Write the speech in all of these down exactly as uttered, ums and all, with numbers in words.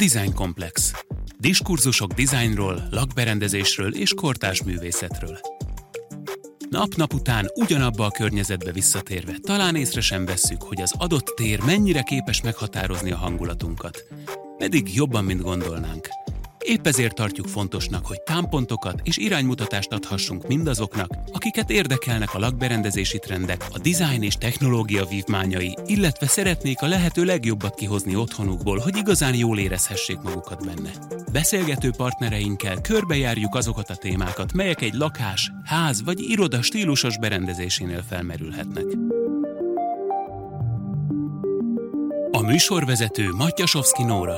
Design Komplex. Diskurzusok dizájnról, lakberendezésről és kortárs művészetről. Nap-nap után ugyanabba a környezetbe visszatérve talán észre sem vesszük, hogy az adott tér mennyire képes meghatározni a hangulatunkat. Pedig jobban, mint gondolnánk. Épp ezért tartjuk fontosnak, hogy támpontokat és iránymutatást adhassunk mindazoknak, akiket érdekelnek a lakberendezési trendek, a dizájn és technológia vívmányai, illetve szeretnék a lehető legjobbat kihozni otthonukból, hogy igazán jól érezhessék magukat benne. Beszélgető partnereinkkel körbejárjuk azokat a témákat, melyek egy lakás, ház vagy iroda stílusos berendezésénél felmerülhetnek. A műsorvezető Matyasovszky Nóra.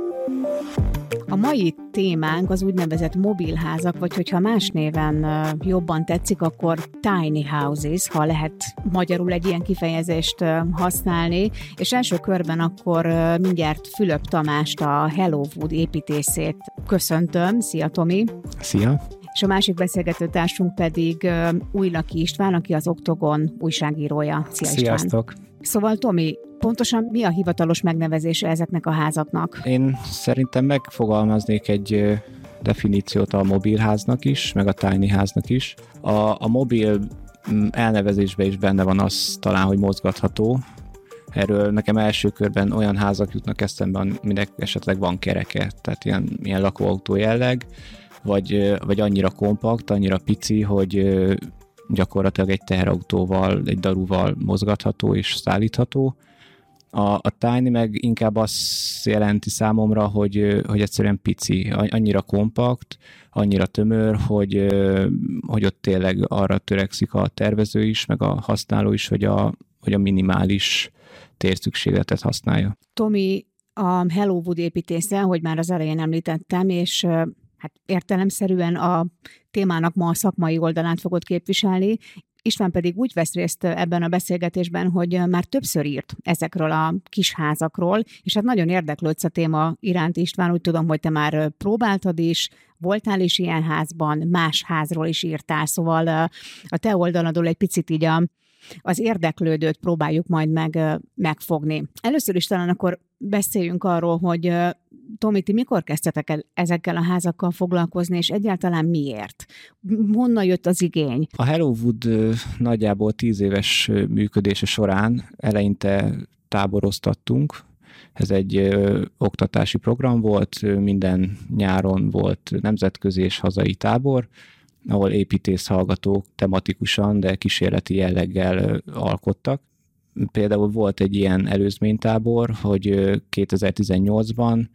A mai témánk az úgynevezett mobilházak, vagy hogyha más néven jobban tetszik, akkor tiny houses, ha lehet magyarul egy ilyen kifejezést használni, és első körben akkor mindjárt Fülöp Tamást, a Hello Wood építészét köszöntöm. Szia, Tomi! Szia! És a másik beszélgető társunk pedig Újlaki István, aki az Oktogon újságírója. Szia, István! Sziasztok! Szóval, Tomi, pontosan mi a hivatalos megnevezése ezeknek a házaknak? Én szerintem megfogalmaznék egy definíciót a mobilháznak is, meg a tiny háznak is. A, a mobil elnevezésben is benne van az talán, hogy mozgatható. Erről nekem első körben olyan házak jutnak eszembe, aminek esetleg van kereke, tehát ilyen, ilyen lakóautó jelleg, vagy, vagy annyira kompakt, annyira pici, hogy gyakorlatilag egy teherautóval, egy daruval mozgatható és szállítható. A, a tiny meg inkább azt jelenti számomra, hogy, hogy egyszerűen pici, annyira kompakt, annyira tömör, hogy, hogy ott tényleg arra törekszik a tervező is, meg a használó is, hogy a, hogy a minimális térszükségletet használja. Tomi a Hello Wood építésze, hogy már az elején említettem, és hát értelemszerűen a témának ma a szakmai oldalát fogod képviselni, István pedig úgy vesz részt ebben a beszélgetésben, hogy már többször írt ezekről a kis házakról, és hát nagyon érdeklődsz a téma iránt, István, úgy tudom, hogy te már próbáltad is, voltál is ilyen házban, más házról is írtál, szóval a te oldaladról egy picit így a, az érdeklődőt próbáljuk majd meg, megfogni. Először is talán akkor beszéljünk arról, hogy Tomi, ti mikor kezdtetek el ezekkel a házakkal foglalkozni, és egyáltalán miért? Honnan jött az igény? A Hello Wood nagyjából tíz éves működése során eleinte táboroztattunk. Ez egy ö, oktatási program volt, minden nyáron volt nemzetközi és hazai tábor, ahol építészhallgatók tematikusan, de kísérleti jelleggel ö, alkottak. Például volt egy ilyen előzménytábor, hogy kétezer-tizennyolcban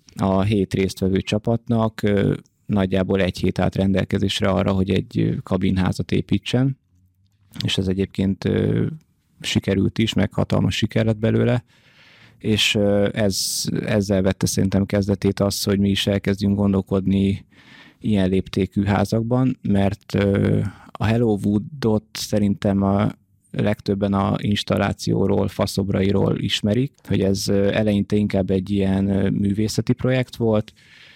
a hét résztvevő csapatnak nagyjából egy hét állt rendelkezésre arra, hogy egy kabinházat építsen, és ez egyébként sikerült is, meg hatalmas siker lett belőle, és ez, ezzel vette szerintem kezdetét az, hogy mi is elkezdjünk gondolkodni ilyen léptékű házakban, mert a Hello Woodot szerintem a legtöbben a installációról, faszobrairól ismerik, hogy ez eleinte inkább egy ilyen művészeti projekt volt,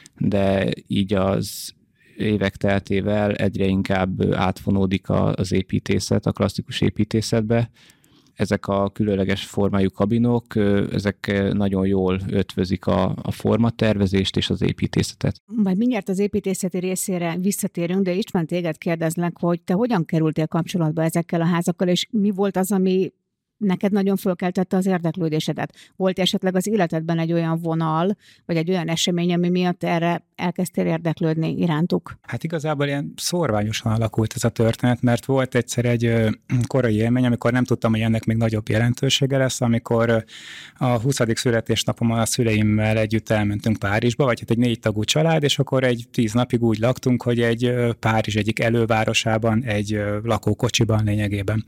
de így az évek teltével egyre inkább átfonódik az építészet, a klasszikus építészetbe. Ezek a különleges formájú kabinok, ezek nagyon jól ötvözik a, a formatervezést és az építészetet. Majd mindjárt az építészeti részére visszatérünk, de István, téged kérdezlek, hogy te hogyan kerültél kapcsolatba ezekkel a házakkal, és mi volt az, ami neked nagyon fölkeltette az érdeklődésedet? Volt esetleg az életedben egy olyan vonal, vagy egy olyan esemény, ami miatt erre elkezdtél érdeklődni irántuk? Hát igazából ilyen szórványosan alakult ez a történet, mert volt egyszer egy korai élmény, amikor nem tudtam, hogy ennek még nagyobb jelentősége lesz, amikor a huszadik születésnapomon a szüleimmel együtt elmentünk Párizsba, vagy hát egy négy tagú család, és akkor egy tíz napig úgy laktunk, hogy egy Párizs egyik elővárosában, egy lakókocsiban lényegében.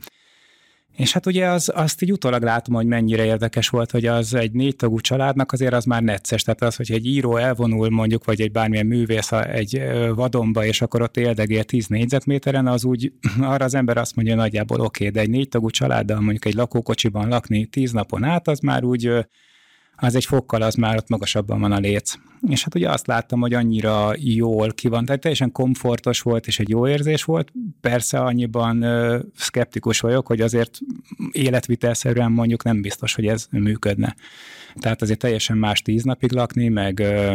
És hát ugye az, azt így utólag látom, hogy mennyire érdekes volt, hogy az egy négy tagú családnak azért az már necces. Tehát az, hogy egy író elvonul mondjuk, vagy egy bármilyen művész egy vadonba, és akkor ott éldegél tíz négyzetméteren, az úgy, arra az ember azt mondja, nagyjából oké, okay, de egy négy tagú családdal mondjuk egy lakókocsiban lakni tíz napon át, az már úgy az egy fokkal, az már ott magasabban van a léc. És hát ugye azt láttam, hogy annyira jól ki van, tehát teljesen komfortos volt, és egy jó érzés volt. Persze annyiban ö, szkeptikus vagyok, hogy azért életvitelszerűen mondjuk nem biztos, hogy ez működne. Tehát azért teljesen más tíz napig lakni, meg, ö,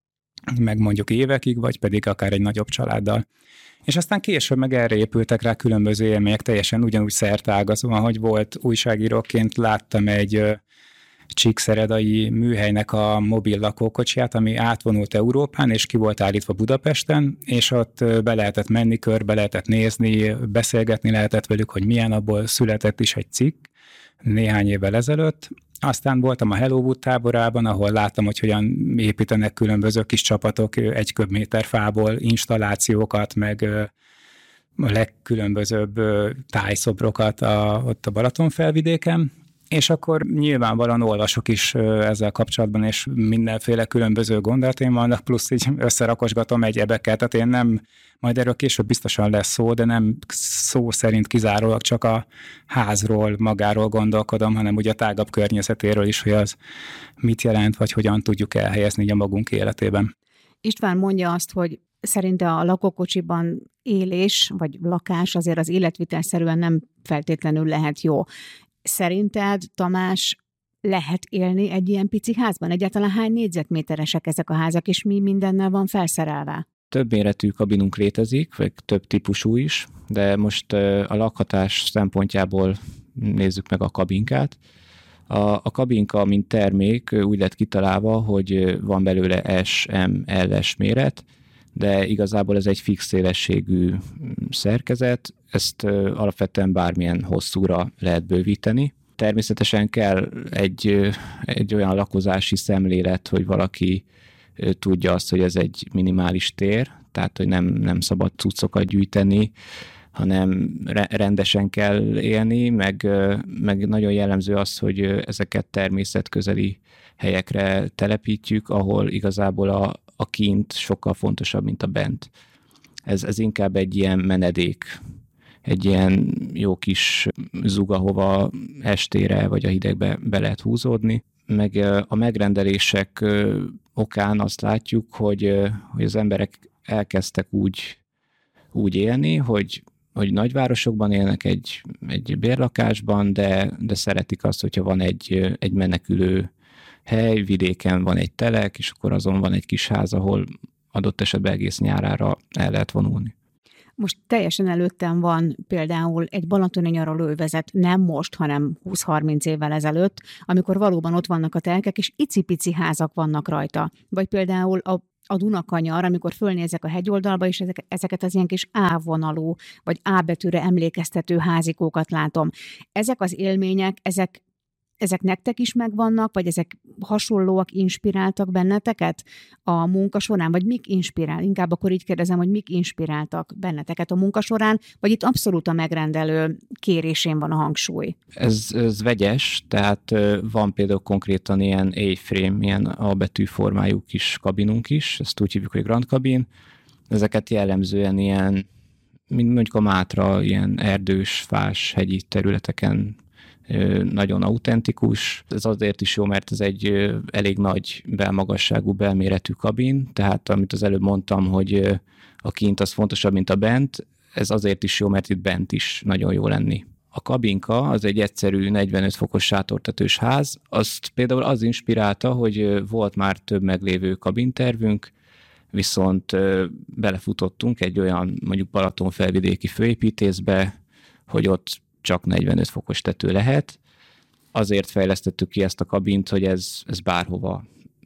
meg mondjuk évekig, vagy pedig akár egy nagyobb családdal. És aztán később meg erre épültek rá különböző élmények, teljesen ugyanúgy szerteágazóan, hogy volt újságíróként, láttam egy csíkszeredai műhelynek a mobil lakókocsiját, ami átvonult Európán, és ki volt állítva Budapesten, és ott be lehetett menni, körbe lehetett nézni, beszélgetni lehetett velük, hogy milyen, abból született is egy cikk néhány évvel ezelőtt. Aztán voltam a Hellowood táborában, ahol láttam, hogy hogyan építenek különböző kis csapatok egy köbméter fából installációkat, meg a legkülönbözőbb tájszobrokat a, ott a Balaton felvidéken. És akkor nyilvánvalóan olvasok is ezzel kapcsolatban, és mindenféle különböző gondolataim vannak, plusz így összerakosgatom egy ebeket, tehát én nem, majd erről később biztosan lesz szó, de nem szó szerint kizárólag csak a házról, magáról gondolkodom, hanem ugye a tágabb környezetéről is, hogy az mit jelent, vagy hogyan tudjuk elhelyezni így a magunk életében. István mondja azt, hogy szerinte a lakókocsiban élés, vagy lakás azért az életvitelszerűen nem feltétlenül lehet jó. Szerinted, Tamás, lehet élni egy ilyen pici házban? Egyáltalán hány négyzetméteresek ezek a házak, és mi mindennel van felszerelve? Több méretű kabinunk létezik, vagy több típusú is, de most a lakhatás szempontjából nézzük meg a kabinkát. A, a kabinka, mint termék úgy lett kitalálva, hogy van belőle S, M, L-es méret, de igazából ez egy fix szélességű szerkezet, ezt alapvetően bármilyen hosszúra lehet bővíteni. Természetesen kell egy, egy olyan lakozási szemlélet, hogy valaki tudja azt, hogy ez egy minimális tér, tehát hogy nem, nem szabad cuccokat gyűjteni, hanem rendesen kell élni, meg, meg nagyon jellemző az, hogy ezeket természetközeli helyekre telepítjük, ahol igazából a, a kint sokkal fontosabb, mint a bent. Ez, ez inkább egy ilyen menedék, egy ilyen jó kis zug, ahova estére vagy a hidegbe be lehet húzódni. Meg a megrendelések okán azt látjuk, hogy, hogy az emberek elkezdtek úgy, úgy élni, hogy hogy nagyvárosokban élnek egy, egy bérlakásban, de, de szeretik azt, hogyha van egy, egy menekülő hely, vidéken van egy telek, és akkor azon van egy kis ház, ahol adott esetben egész nyárára el lehet vonulni. Most teljesen előttem van például egy balatoni nyaralóövezet, nem most, hanem húsz-harminc évvel ezelőtt, amikor valóban ott vannak a telkek, és icipici házak vannak rajta. Vagy például a a Dunakanyar, amikor fölnézek a hegyoldalba, és ezek, ezeket az ilyen kis A-vonalú, vagy A betűre emlékeztető házikókat látom. Ezek az élmények, ezek, ezek nektek is megvannak, vagy ezek hasonlóak, inspiráltak benneteket a munka során, vagy mik inspirál? Inkább akkor így kérdezem, hogy mik inspiráltak benneteket a munka során, vagy itt abszolút a megrendelő kérésén van a hangsúly? Ez, ez vegyes, tehát van például konkrétan ilyen A-frame, ilyen A betű formájú kis kabinunk is, ezt úgy hívjuk, hogy Grand Cabin. Ezeket jellemzően ilyen, mint mondjuk a Mátra, ilyen erdős, fás, hegyi területeken nagyon autentikus. Ez azért is jó, mert ez egy elég nagy belmagasságú, belméretű kabin, tehát amit az előbb mondtam, hogy a kint az fontosabb, mint a bent, ez azért is jó, mert itt bent is nagyon jó lenni. A kabinka az egy egyszerű negyvenöt fokos sátortetős ház, azt például az inspirálta, hogy volt már több meglévő kabintervünk, viszont belefutottunk egy olyan mondjuk Balatonfelvidéki főépítészbe, hogy ott csak negyvenöt fokos tető lehet. Azért fejlesztettük ki ezt a kabint, hogy ez, ez bárhova,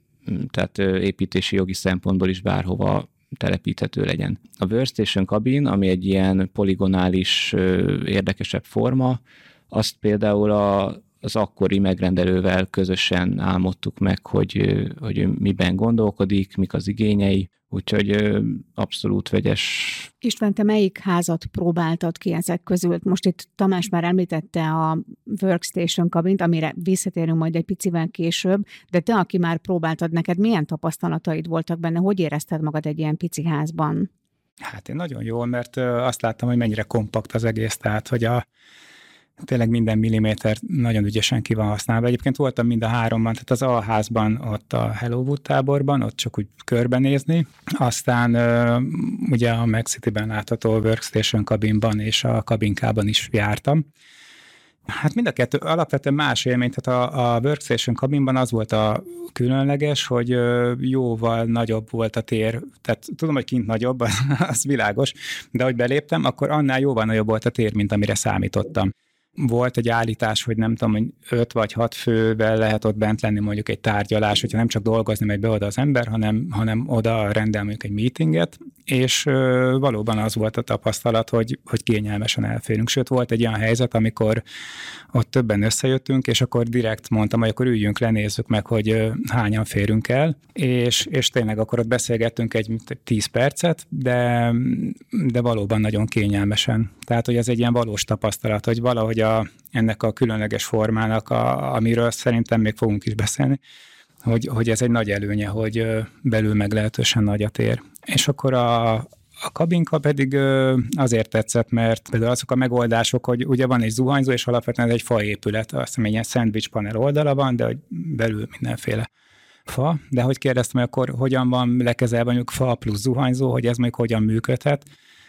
tehát építési jogi szempontból is bárhova telepíthető legyen. A Workstation kabin, ami egy ilyen poligonális, érdekesebb forma, azt például a, az akkori megrendelővel közösen álmodtuk meg, hogy, hogy miben gondolkodik, mik az igényei, úgyhogy abszolút vegyes. István, te melyik házat próbáltad ki ezek közül? Most itt Tamás már említette a Workstation kabint, amire visszatérünk majd egy picivel később, de te, aki már próbáltad, neked milyen tapasztalataid voltak benne? Hogy érezted magad egy ilyen pici házban? Hát én nagyon jól, mert azt láttam, hogy mennyire kompakt az egész, tehát hogy a Tényleg minden milliméter nagyon ügyesen ki van használva. Egyébként voltam mind a háromban, tehát az alházban, ott a Hellowood táborban, ott csak úgy körbenézni. Aztán ugye a Megcityben látható Workstation kabinban és a kabinkában is jártam. Hát mind a kettő alapvetően más élmény, tehát a, a Workstation kabinban az volt a különleges, hogy jóval nagyobb volt a tér, tehát tudom, hogy kint nagyobb, az világos, de hogy beléptem, akkor annál jóval nagyobb volt a tér, mint amire számítottam. Volt egy állítás, hogy nem tudom, hogy öt vagy hat fővel lehet ott bent lenni mondjuk egy tárgyalás, hogyha nem csak dolgozni megy be oda az ember, hanem, hanem oda rendel mondjuk egy meetinget, és ö, valóban az volt a tapasztalat, hogy, hogy kényelmesen elférünk. Sőt, volt egy olyan helyzet, amikor ott többen összejöttünk, és akkor direkt mondtam, hogy akkor üljünk le, nézzük meg, hogy ö, hányan férünk el, és, és tényleg akkor ott beszélgettünk egy tíz percet, de, de valóban nagyon kényelmesen. Tehát, hogy ez egy ilyen valós tapasztalat, hogy valahogy a, ennek a különleges formának, a, amiről szerintem még fogunk is beszélni, hogy, hogy ez egy nagy előnye, hogy belül meglehetősen nagy a tér. És akkor a, a kabinka pedig azért tetszett, mert például azok a megoldások, hogy ugye van egy zuhanyzó, és alapvetően ez egy faépület, azt hiszem, egy ilyen szendvics panel oldala van, de hogy belül mindenféle fa. De hogy kérdeztem, hogy akkor hogyan van lekezelve mondjuk fa plusz zuhanyzó, hogy ez mondjuk hogyan működhet.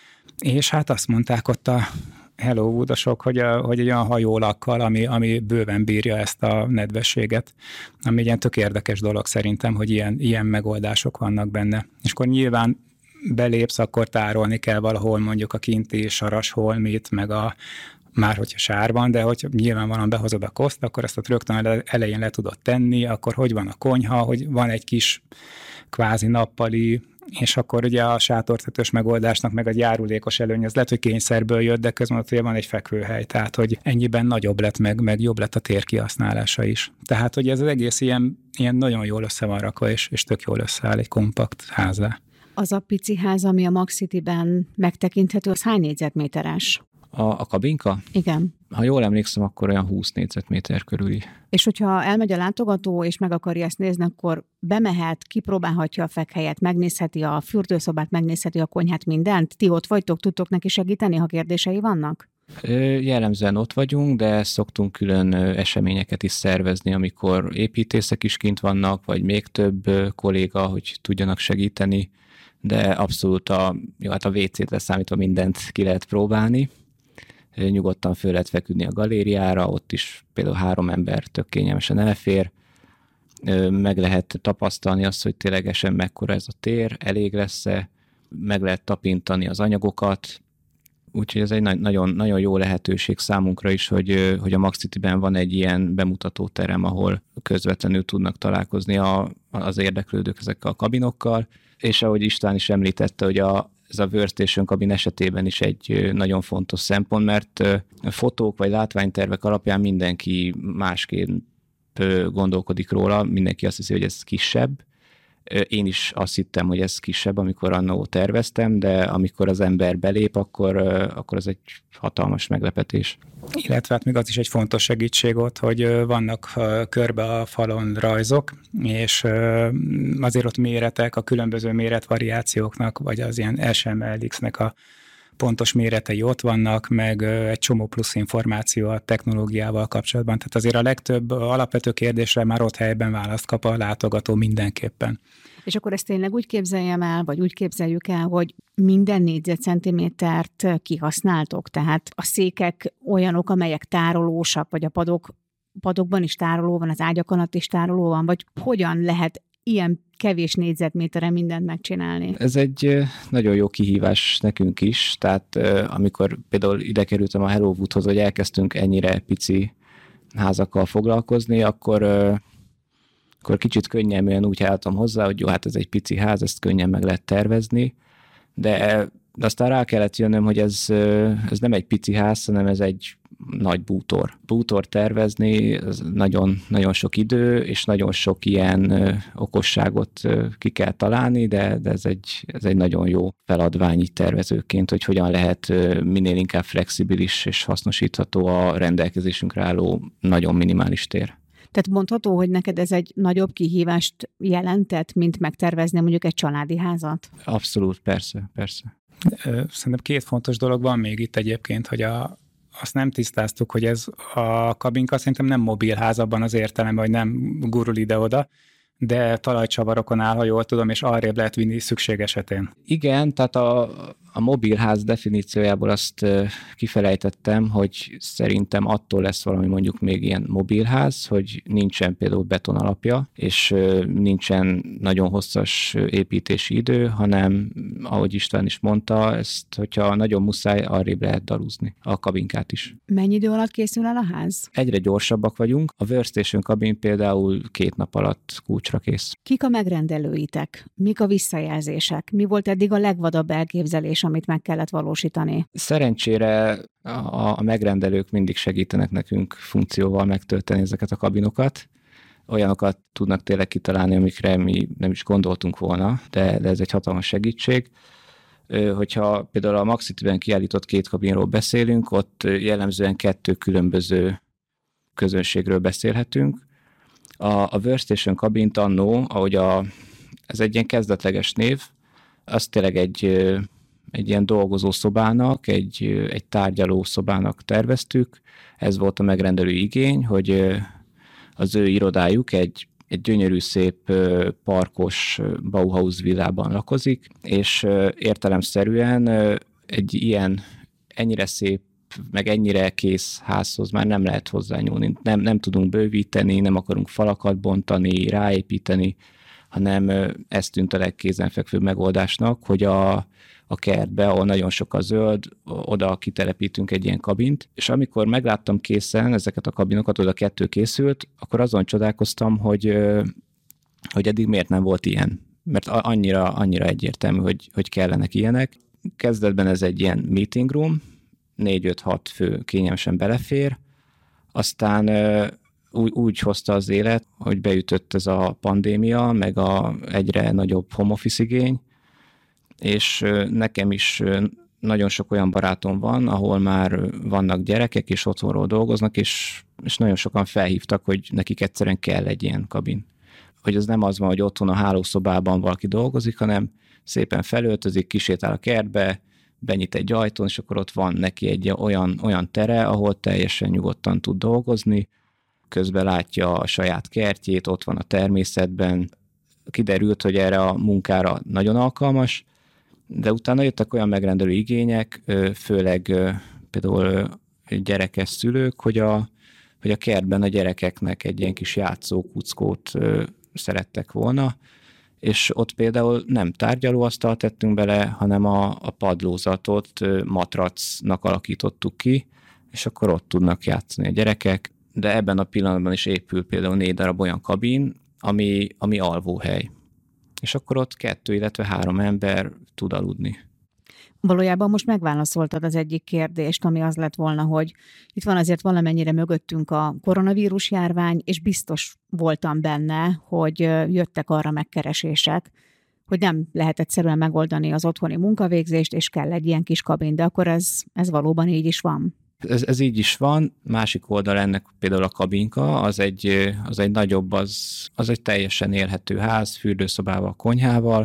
És hát azt mondták ott a Hellowoodosok, hogy, a, hogy egy olyan hajólakkal, ami, ami bőven bírja ezt a nedvességet, ami egy ilyen tök érdekes dolog szerintem, hogy ilyen, ilyen megoldások vannak benne. És akkor nyilván belépsz, akkor tárolni kell valahol mondjuk a kinti saras holmit, meg a már hogyha sár van, de hogy nyilvánvalóan behozod a koszt, akkor ezt a rögtön elején le tudod tenni, akkor hogy van a konyha, hogy van egy kis kvázi nappali, és akkor ugye a sátortetős megoldásnak meg a járulékos előny, ez lehet, hogy kényszerből jött, de közben ott van egy fekvőhely, tehát hogy ennyiben nagyobb lett, meg, meg jobb lett a tér kihasználása is. Tehát, hogy ez az egész ilyen, ilyen nagyon jól össze van rakva, és, és tök jól összeáll egy kompakt házzá. Az a pici ház, ami a Magcityben megtekinthető, az hány négyzetméteres? A, a kabinka? Igen. Ha jól emlékszem, akkor olyan húsz négyzetméter körüli. És hogyha elmegy a látogató, és meg akarja ezt nézni, akkor bemehet, kipróbálhatja a fekhelyet, megnézheti a fürdőszobát, megnézheti a konyhát, mindent? Ti ott vagytok, tudtok neki segíteni, ha kérdései vannak? Jellemzően ott vagyunk, de szoktunk külön eseményeket is szervezni, amikor építészek is kint vannak, vagy még több kolléga, hogy tudjanak segíteni, de abszolút a, jó, hát a vé cét leszámítva mindent ki lehet próbálni. Nyugodtan föl lehet feküdni a galériára, ott is például három ember tök kényelmesen elfér, meg lehet tapasztalni azt, hogy ténylegesen mekkora ez a tér, elég lesz-e, meg lehet tapintani az anyagokat, úgyhogy ez egy nagyon, nagyon jó lehetőség számunkra is, hogy, hogy a Magcityben van egy ilyen bemutató terem, ahol közvetlenül tudnak találkozni a, az érdeklődők ezekkel a kabinokkal, és ahogy István is említette, hogy a ez a Workstation kabin esetében is egy nagyon fontos szempont, mert fotók vagy látványtervek alapján mindenki másként gondolkodik róla, mindenki azt hiszi, hogy ez kisebb. Én is azt hittem, hogy ez kisebb, amikor annó terveztem, de amikor az ember belép, akkor, akkor ez egy hatalmas meglepetés. Illetve hát még az is egy fontos segítség ott, hogy vannak körbe a falon rajzok, és azért ott méretek, a különböző méretvariációknak, vagy az ilyen es em el iksz-nek a pontos méretei ott vannak, meg egy csomó plusz információ a technológiával kapcsolatban. Tehát azért a legtöbb alapvető kérdésre már ott helyben választ kap a látogató mindenképpen. És akkor ezt tényleg úgy képzeljem el, vagy úgy képzeljük el, hogy minden négyzetcentimétert kihasználtok, tehát a székek olyanok, amelyek tárolósak, vagy a padok, padokban is tároló van, az ágyak alatt is tároló van, vagy hogyan lehet ilyen kevés négyzetméteren mindent megcsinálni? Ez egy nagyon jó kihívás nekünk is, tehát amikor például ide kerültem a Hellowoodhoz, hogy elkezdtünk ennyire pici házakkal foglalkozni, akkor, akkor kicsit könnyelműen úgy álltam hozzá, hogy jó, hát ez egy pici ház, ezt könnyen meg lehet tervezni, de, de aztán rá kellett jönnöm, hogy ez, ez nem egy pici ház, hanem ez egy nagy bútor. Bútor tervezni, ez nagyon, nagyon sok idő, és nagyon sok ilyen ö, okosságot ö, ki kell találni, de, de ez, egy, ez egy nagyon jó feladvány így tervezőként, hogy hogyan lehet ö, minél inkább flexibilis és hasznosítható a rendelkezésünkre álló nagyon minimális tér. Tehát mondható, hogy neked ez egy nagyobb kihívást jelentett, mint megtervezni mondjuk egy családi házat? Abszolút, persze, persze. Szerintem két fontos dolog van még itt egyébként, hogy a azt nem tisztáztuk, hogy ez a kabinka szerintem nem mobilház abban az értelemben, hogy nem gurul ide-oda, de talajcsavarokon áll, ha jól tudom, és arrébb lehet vinni szükség esetén. Igen, tehát a, a mobilház definíciójából azt kifelejtettem, hogy szerintem attól lesz valami mondjuk még ilyen mobilház, hogy nincsen például beton alapja, és nincsen nagyon hosszas építési idő, hanem, ahogy István is mondta, ezt, hogyha nagyon muszáj, arrébb lehet darúzni a kabinkát is. Mennyi idő alatt készül el a ház? Egyre gyorsabbak vagyunk. A Workstation kabin például két nap alatt kulcsra kész. Kik a megrendelőitek? Mik a visszajelzések? Mi volt eddig a legvadabb elképzelés, amit meg kellett valósítani? Szerencsére a, a megrendelők mindig segítenek nekünk funkcióval megtölteni ezeket a kabinokat. Olyanokat tudnak tényleg kitalálni, amikre mi nem is gondoltunk volna, de, de ez egy hatalmas segítség. Hogyha például a Maxity-ben kiállított két kabinról beszélünk, ott jellemzően kettő különböző közönségről beszélhetünk. A, a Workstation kabint annó, ahogy a, ez egy ilyen kezdetleges név, az tényleg egy, egy ilyen dolgozószobának, egy, egy tárgyalószobának terveztük. Ez volt a megrendelő igény, hogy az ő irodájuk egy, egy gyönyörű, szép parkos Bauhaus villában lakozik, és értelemszerűen egy ilyen ennyire szép, meg ennyire kész házhoz már nem lehet hozzányúlni. Nem, nem tudunk bővíteni, nem akarunk falakat bontani, ráépíteni, hanem ez tűnt a legkézenfekvőbb megoldásnak, hogy a, a kertbe, ahol nagyon sok a zöld, oda kitelepítünk egy ilyen kabint, és amikor megláttam készen ezeket a kabinokat, oda kettő készült, akkor azon csodálkoztam, hogy, hogy eddig miért nem volt ilyen. Mert annyira, annyira egyértelmű, hogy, hogy kellenek ilyenek. Kezdetben ez egy ilyen meeting room, négy-öt-hat fő kényelmesen belefér, aztán úgy, úgy hozta az élet, hogy beütött ez a pandémia, meg a egyre nagyobb home office igény, és nekem is nagyon sok olyan barátom van, ahol már vannak gyerekek, és otthonról dolgoznak, és, és nagyon sokan felhívtak, hogy nekik egyszerűen kell egy ilyen kabin. Hogy ez nem az van, hogy otthon a hálószobában valaki dolgozik, hanem szépen felöltözik, kisétál a kertbe, benyit egy ajtón, és akkor ott van neki egy olyan, olyan tere, ahol teljesen nyugodtan tud dolgozni, közben látja a saját kertjét, ott van a természetben. Kiderült, hogy erre a munkára nagyon alkalmas, de utána jöttek olyan megrendelő igények, főleg például gyerekes szülők, hogy a, hogy a kertben a gyerekeknek egy ilyen kis játszókuckót szerettek volna, és ott például nem tárgyalóasztalt tettünk bele, hanem a, a padlózatot matracnak alakítottuk ki, és akkor ott tudnak játszani a gyerekek, de ebben a pillanatban is épül például négy darab olyan kabin, ami, ami alvóhely. És akkor ott kettő, illetve három ember tud aludni. Valójában most megválaszoltad az egyik kérdést, ami az lett volna, hogy itt van azért valamennyire mögöttünk a koronavírus járvány, és biztos voltam benne, hogy jöttek arra megkeresések, hogy nem lehet egyszerűen megoldani az otthoni munkavégzést, és kell egy ilyen kis kabin, de akkor ez, ez valóban így is van. Ez, ez így is van. Másik oldal ennek például a kabinka, az egy, az egy nagyobb, az, az egy teljesen élhető ház, fürdőszobával, konyhával,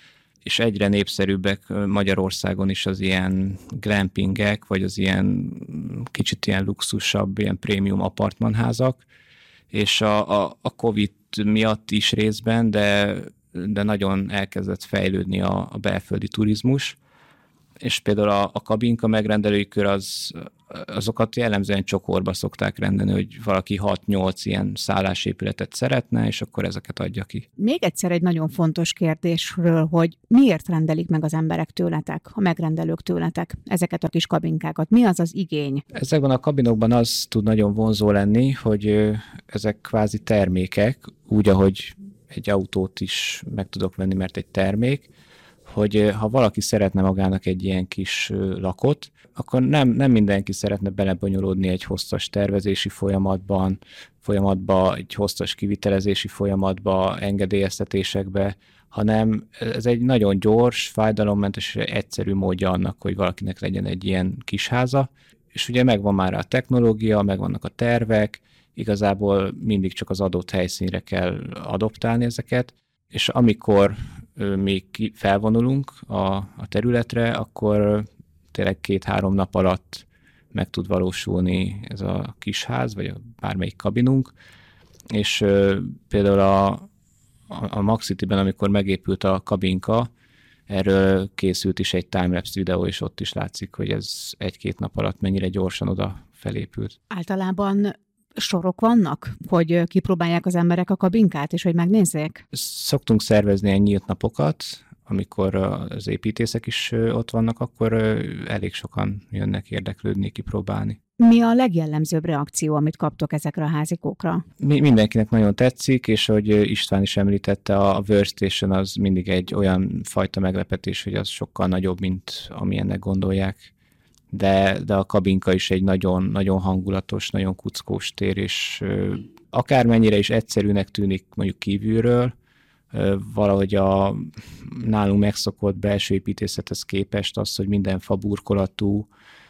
és egyre népszerűbbek Magyarországon is az ilyen glampingek, vagy az ilyen kicsit ilyen luxusabb, ilyen prémium apartmanházak, és a, a, a Covid miatt is részben, de, de nagyon elkezdett fejlődni a, a belföldi turizmus, és például a, a kabinka megrendelői kör az, azokat jellemzően csokorba szokták rendelni, hogy valaki hat-nyolc ilyen szállásépületet szeretne, és akkor ezeket adja ki. Még egyszer egy nagyon fontos kérdésről, hogy miért rendelik meg az emberek tőletek, a megrendelők tőletek ezeket a kis kabinkákat? Mi az az igény? Ezekben a kabinokban az tud nagyon vonzó lenni, hogy ezek kvázi termékek, úgy, ahogy egy autót is meg tudok venni, mert egy termék, hogy ha valaki szeretne magának egy ilyen kis lakot, akkor nem, nem mindenki szeretne belebonyolódni egy hosszas tervezési folyamatban, folyamatba, egy hosszas kivitelezési folyamatba, engedélyeztetésekbe, hanem ez egy nagyon gyors, fájdalommentes, egyszerű módja annak, hogy valakinek legyen egy ilyen kis háza, és ugye megvan már a technológia, megvannak a tervek, igazából mindig csak az adott helyszínre kell adoptálni ezeket, és amikor még felvonulunk a, a területre, akkor tényleg két-három nap alatt meg tud valósulni ez a kis ház, vagy a bármelyik kabinunk, és ö, például a, a, a Maxity-ben, amikor megépült a kabinka, erről készült is egy timelapse videó, és ott is látszik, hogy ez egy-két nap alatt mennyire gyorsan oda felépült. Általában sorok vannak, hogy kipróbálják az emberek a kabinkát, és hogy megnézzék? Szoktunk szervezni egy nyílt napokat, amikor az építészek is ott vannak, akkor elég sokan jönnek érdeklődni, kipróbálni. Mi a legjellemzőbb reakció, amit kaptok ezekre a házikókra? Mi, mindenkinek nagyon tetszik, és hogy István is említette, a workstation az mindig egy olyan fajta meglepetés, hogy az sokkal nagyobb, mint amilyennek gondolják. De, de a kabinka is egy nagyon, nagyon hangulatos, nagyon kuckós tér, és akármennyire is egyszerűnek tűnik mondjuk kívülről, valahogy a nálunk megszokott belső építészethez képest az, hogy minden fa burkolatú,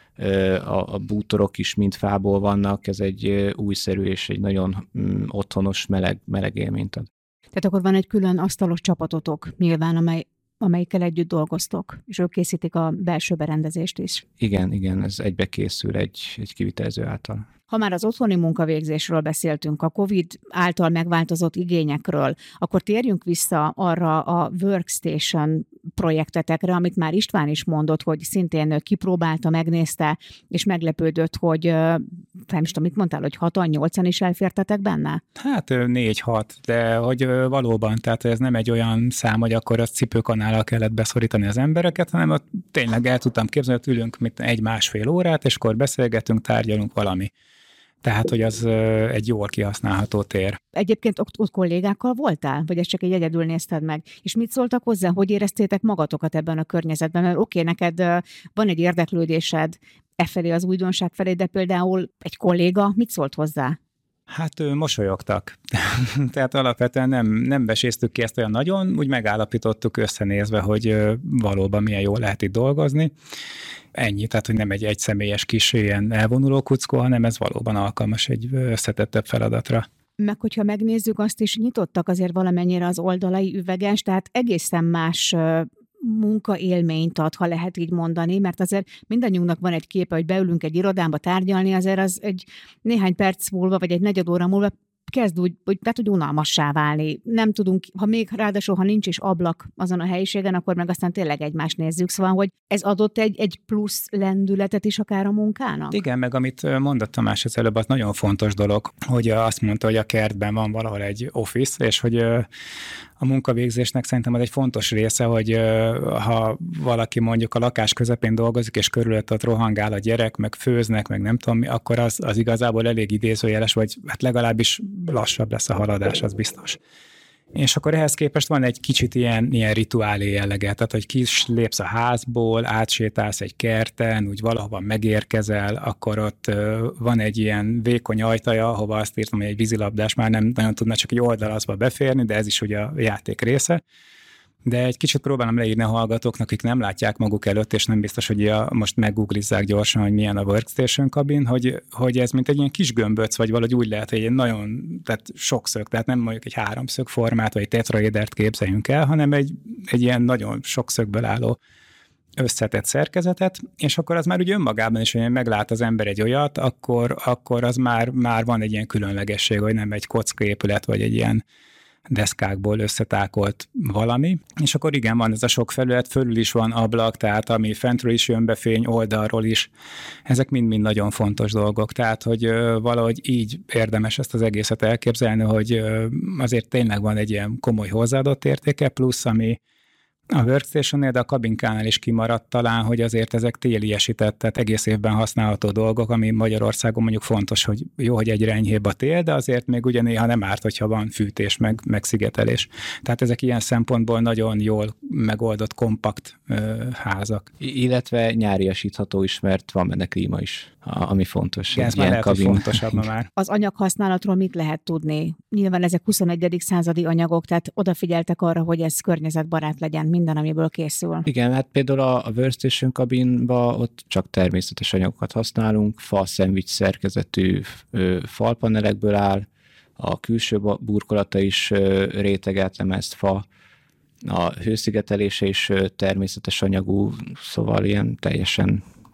a, a bútorok is mind fából vannak, ez egy újszerű és egy nagyon otthonos, meleg, meleg élményt ad. Tehát akkor van egy külön asztalos csapatotok nyilván, amely, amelyikkel együtt dolgoztok, és ők készítik a belső berendezést is. Igen, igen, ez egybe készül egy, egy kivitelező által. Ha már az otthoni munkavégzésről beszéltünk, a Covid által megváltozott igényekről, akkor térjünk vissza arra a workstation projektetekre, amit már István is mondott, hogy szintén kipróbálta, megnézte, és meglepődött, hogy nem is tudom, mit mondtál, hogy hatan, nyolcan is elfértetek benne? Hát négy-hat, de hogy valóban, tehát ez nem egy olyan szám, hogy akkor az cipőkanállal kellett beszorítani az embereket, hanem ott tényleg el tudtam képzelni, hogy ülünk egy-másfél órát, és akkor beszélgetünk, tárgyalunk valami. Tehát, hogy az egy jól kihasználható tér. Egyébként ott, ott kollégákkal voltál? Vagy ezt csak egy egyedül nézted meg? És mit szóltak hozzá? Hogy éreztétek magatokat ebben a környezetben? Mert oké, neked van egy érdeklődésed e felé, az újdonság felé, de például egy kolléga mit szólt hozzá? Hát mosolyogtak. Tehát alapvetően nem, nem veséztük ki ezt olyan nagyon, úgy megállapítottuk összenézve, hogy valóban milyen jól lehet itt dolgozni. Ennyi, tehát hogy nem egy egyszemélyes kis ilyen elvonuló kuckó, hanem ez valóban alkalmas egy összetettebb feladatra. Meg hogyha megnézzük, azt is nyitottak azért valamennyire az oldalai üveges, tehát egészen más munkaélményt ad, ha lehet így mondani, mert azért mindannyiunknak van egy képe, hogy beülünk egy irodába tárgyalni, azért az egy néhány perc múlva, vagy egy negyed óra múlva kezd úgy, hogy, tehát, hogy unalmassá válni. Nem tudunk, ha még ráadásul, ha nincs is ablak azon a helyiségen, akkor meg aztán tényleg egymást nézzük. Szóval, hogy ez adott egy, egy plusz lendületet is akár a munkának? Igen, meg amit mondott Tamás az előbb, az nagyon fontos dolog, hogy azt mondta, hogy a kertben van valahol egy office, és hogy a munkavégzésnek szerintem az egy fontos része, hogy ha valaki mondjuk a lakás közepén dolgozik, és körülött ott rohangál a gyerek, meg főznek, meg nem tudom mi, akkor az, az igazából elég idézőjeles, vagy hát legalábbis lassabb lesz a haladás, az biztos. És akkor ehhez képest van egy kicsit ilyen, ilyen rituálé jellege, tehát hogy kis lépsz a házból, átsétálsz egy kerten, úgy valahova megérkezel, akkor ott van egy ilyen vékony ajtaja, ahova azt írtam, hogy egy vízilabdás már nem nagyon tudna csak egy oldalazba beférni, de ez is ugye a játék része. De egy kicsit próbálom leírni a hallgatóknak, akik nem látják maguk előtt, és nem biztos, hogy a, most meggooglizzák gyorsan, hogy milyen a workstation kabin, hogy, hogy ez mint egy ilyen kis gömböc, vagy valahogy úgy lehet, hogy egy nagyon, tehát sokszög, tehát nem mondjuk egy háromszög formát, vagy egy tetraédert képzeljünk el, hanem egy, egy ilyen nagyon sokszögből álló összetett szerkezetet, és akkor az már úgy önmagában is, hogy meglát az ember egy olyat, akkor, akkor az már, már van egy ilyen különlegesség, hogy nem egy kockaépület, vagy egy ilyen deszkákból összetákolt valami, és akkor igen, van ez a sok felület, fölül is van ablak, tehát ami fentről is jön be fény, oldalról is. Ezek mind-mind nagyon fontos dolgok, tehát hogy valahogy így érdemes ezt az egészet elképzelni, hogy azért tényleg van egy ilyen komoly hozzáadott értéke, plusz ami a workstation-nél, de a kabinkánál is kimaradt talán, hogy azért ezek téliesített, tehát egész évben használható dolgok, ami Magyarországon mondjuk fontos, hogy jó, hogy egyre enyhébb a tél, de azért még ugye néha nem árt, hogyha van fűtés, meg, meg szigetelés. Tehát ezek ilyen szempontból nagyon jól megoldott, kompakt ö, házak. Illetve nyáriasítható is, mert van benne klíma is, ami fontos. Igen, ez már lehet, kabin. Fontosabb ma már. Az anyaghasználatról mit lehet tudni? Nyilván ezek huszonegyedik századi anyagok, tehát odafigyeltek arra, hogy ez környezetbarát legyen minden, amiből készül. Igen, hát például a workstation kabinban ott csak természetes anyagokat használunk, fa szendvics szerkezetű ö, falpanelekből áll, a külső burkolata is ö, rétegelt lemezt fa, a hőszigetelése is ö, természetes anyagú, szóval ilyen teljesen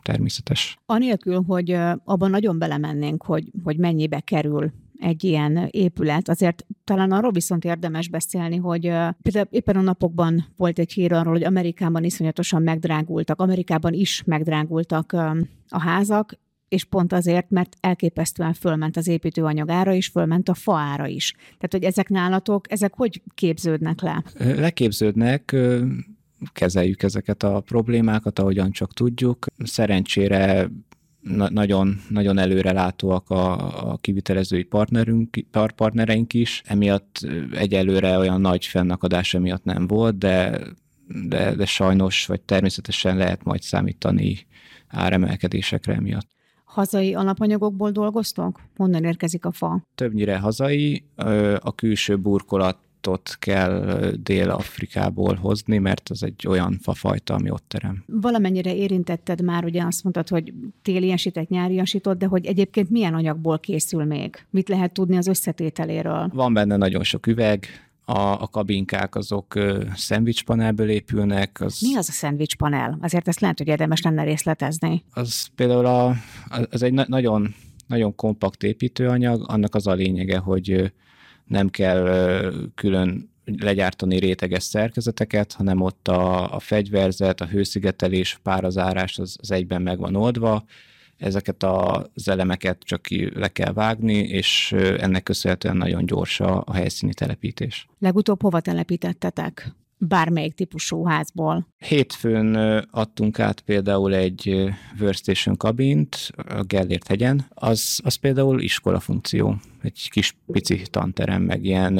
természetes. Anélkül, hogy abban nagyon belemennénk, hogy, hogy mennyibe kerül egy ilyen épület, azért talán arról viszont érdemes beszélni, hogy például éppen a napokban volt egy hír arról, hogy Amerikában iszonyatosan megdrágultak, Amerikában is megdrágultak a házak, és pont azért, mert elképesztően fölment az építőanyag ára, és fölment a fa ára is. Tehát, hogy ezek nálatok, ezek hogy képződnek le? Leképződnek, kezeljük ezeket a problémákat, ahogyan csak tudjuk. Szerencsére na- nagyon, nagyon előrelátóak a, a kivitelezői partnerünk, partnereink is. Emiatt egyelőre olyan nagy fennakadás emiatt nem volt, de, de, de sajnos, vagy természetesen lehet majd számítani áremelkedésekre emiatt. Hazai alapanyagokból dolgoztok? Honnan érkezik a fa? Többnyire hazai, a külső burkolatot kell Dél-Afrikából hozni, mert az egy olyan fafajta, ami ott terem. Valamennyire érintetted már, ugye azt mondtad, hogy téliesített, nyáriasított, de hogy egyébként milyen anyagból készül még? Mit lehet tudni az összetételéről? Van benne nagyon sok üveg, a, a kabinkák azok szendvicspanelből épülnek. Az, Mi az a szendvicspanel? Azért ezt lehet, hogy érdemes lenne részletezni. Az például a, az egy na- nagyon, nagyon kompakt építőanyag, annak az a lényege, hogy nem kell külön legyártani réteges szerkezeteket, hanem ott a, a fegyverzet, a hőszigetelés, párazárás az, az egyben meg van oldva. Ezeket az elemeket csak ki le kell vágni, és ennek köszönhetően nagyon gyors a, a helyszíni telepítés. Legutóbb hova telepítettetek? Bármelyik típusú házból? Hétfőn adtunk át például egy workstation kabint a Gellért hegyen. Az, az például iskola funkció. Egy kis pici tanterem, meg ilyen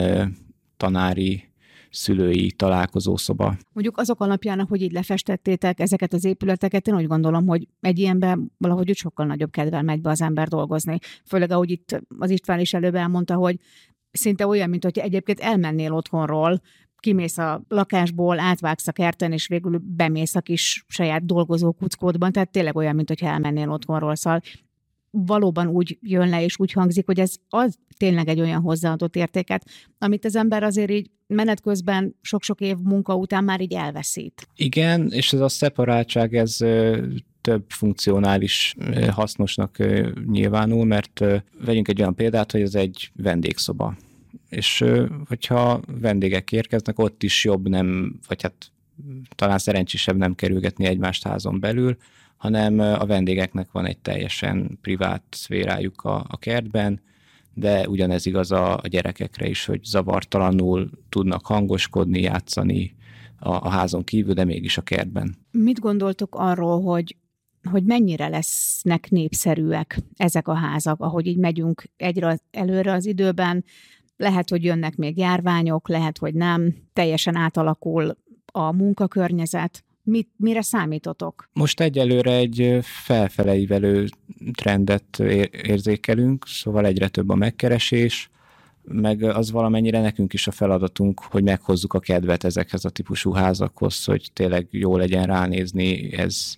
tanári, szülői találkozószoba. Mondjuk azok alapján, hogy így lefestettétek ezeket az épületeket, én úgy gondolom, hogy egy ilyenben valahogy úgy sokkal nagyobb kedvel megy be az ember dolgozni. Főleg, ahogy itt az István is előbb elmondta, hogy szinte olyan, mint hogy egyébként elmennél otthonról, kimész a lakásból, átvágsz a kerten, és végül bemész a kis saját dolgozó kuckódban, tehát tényleg olyan, mint hogy elmennél otthonról. Szóval valóban úgy jön le, és úgy hangzik, hogy ez az tényleg egy olyan hozzáadott értéket, amit az ember azért így menet közben sok-sok év munka után már így elveszít. Igen, és ez a szeparáltság, ez több funkcionális hasznosnak nyilvánul, mert vegyünk egy olyan példát, hogy ez egy vendégszoba. És hogyha vendégek érkeznek, ott is jobb nem, vagy hát talán szerencsésebb nem kerülgetni egymást házon belül, hanem a vendégeknek van egy teljesen privát szférájuk a, a kertben, de ugyanez igaz a, a gyerekekre is, hogy zavartalanul tudnak hangoskodni, játszani a, a házon kívül, de mégis a kertben. Mit gondoltok arról, hogy, hogy mennyire lesznek népszerűek ezek a házak, ahogy így megyünk egyre előre az időben? Lehet, hogy jönnek még járványok, lehet, hogy nem, teljesen átalakul a munkakörnyezet. Mit, mire számítotok? Most egyelőre egy felfele ívelő trendet érzékelünk, szóval egyre több a megkeresés, meg az valamennyire nekünk is a feladatunk, hogy meghozzuk a kedvet ezekhez a típusú házakhoz, hogy tényleg jó legyen ránézni, ez,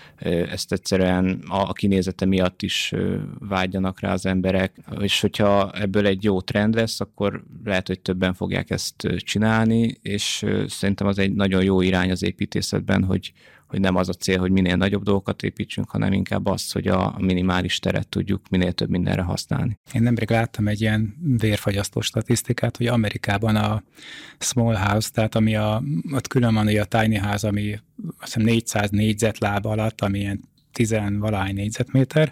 ezt egyszerűen a kinézete miatt is vágyanak rá az emberek, és hogyha ebből egy jó trend lesz, akkor lehet, hogy többen fogják ezt csinálni, és szerintem az egy nagyon jó irány az építészetben, hogy, hogy nem az a cél, hogy minél nagyobb dolgokat építsünk, hanem inkább az, hogy a minimális teret tudjuk minél több mindenre használni. Én nemrég láttam egy ilyen vérfagyasztó statisztikát, hogy Amerikában a small house, tehát ami a, ott külön van a tiny house, ami azt hiszem négyszáz négyzetláb alatt, ami ilyen tizenvalahány négyzetméter,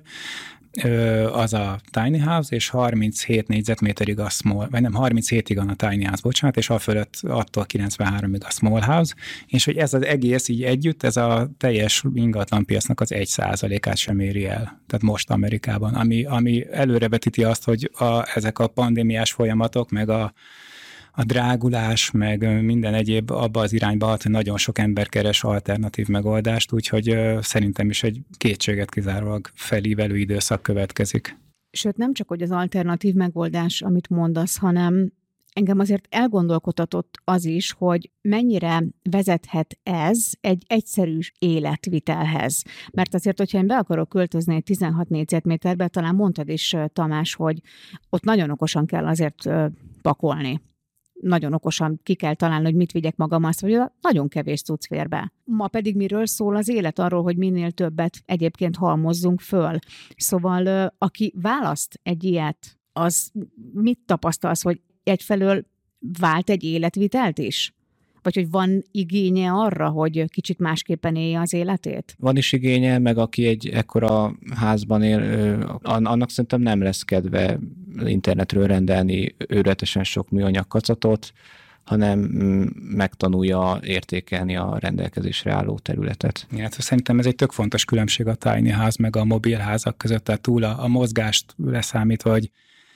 az a tiny house, és harminchét négyzetméterig a small, vagy nem, harminchét a tiny house, bocsánat, és a fölött attól kilencvenháromig a small house, és hogy ez az egész így együtt, ez a teljes ingatlanpiacnak az egy százalékát sem éri el. Tehát most Amerikában, ami, ami előrevetíti azt, hogy a, ezek a pandémiás folyamatok, meg a a drágulás, meg minden egyéb abba az irányba, hogy nagyon sok ember keres alternatív megoldást, úgyhogy szerintem is egy kétséget kizárólag felívelő időszak következik. Sőt, nem csak, hogy az alternatív megoldás, amit mondasz, hanem engem azért elgondolkodtatott az is, hogy mennyire vezethet ez egy egyszerű életvitelhez. Mert azért, hogyha én be akarok költözni egy tizenhat négyzetméterbe, talán mondtad is, Tamás, hogy ott nagyon okosan kell azért pakolni. nagyon okosan ki kell találni, hogy mit vigyek magammal, szóval hogy nagyon kevés cucc fér be. Ma pedig miről szól az élet? Arról, hogy minél többet egyébként halmozzunk föl. Szóval aki választ egy ilyet, az mit tapasztalsz, hogy egyfelől vált egy életvitelt is? Vagy hogy van igénye arra, hogy kicsit másképpen élje az életét? Van is igénye, meg aki egy ekkora házban él, annak szerintem nem lesz kedve internetről rendelni őrületesen sok műanyag kacatot, hanem megtanulja értékelni a rendelkezésre álló területet. Igen, szerintem ez egy tök fontos különbség a tiny house meg a mobilházak között, tehát túl a, a mozgást leszámítva, hogy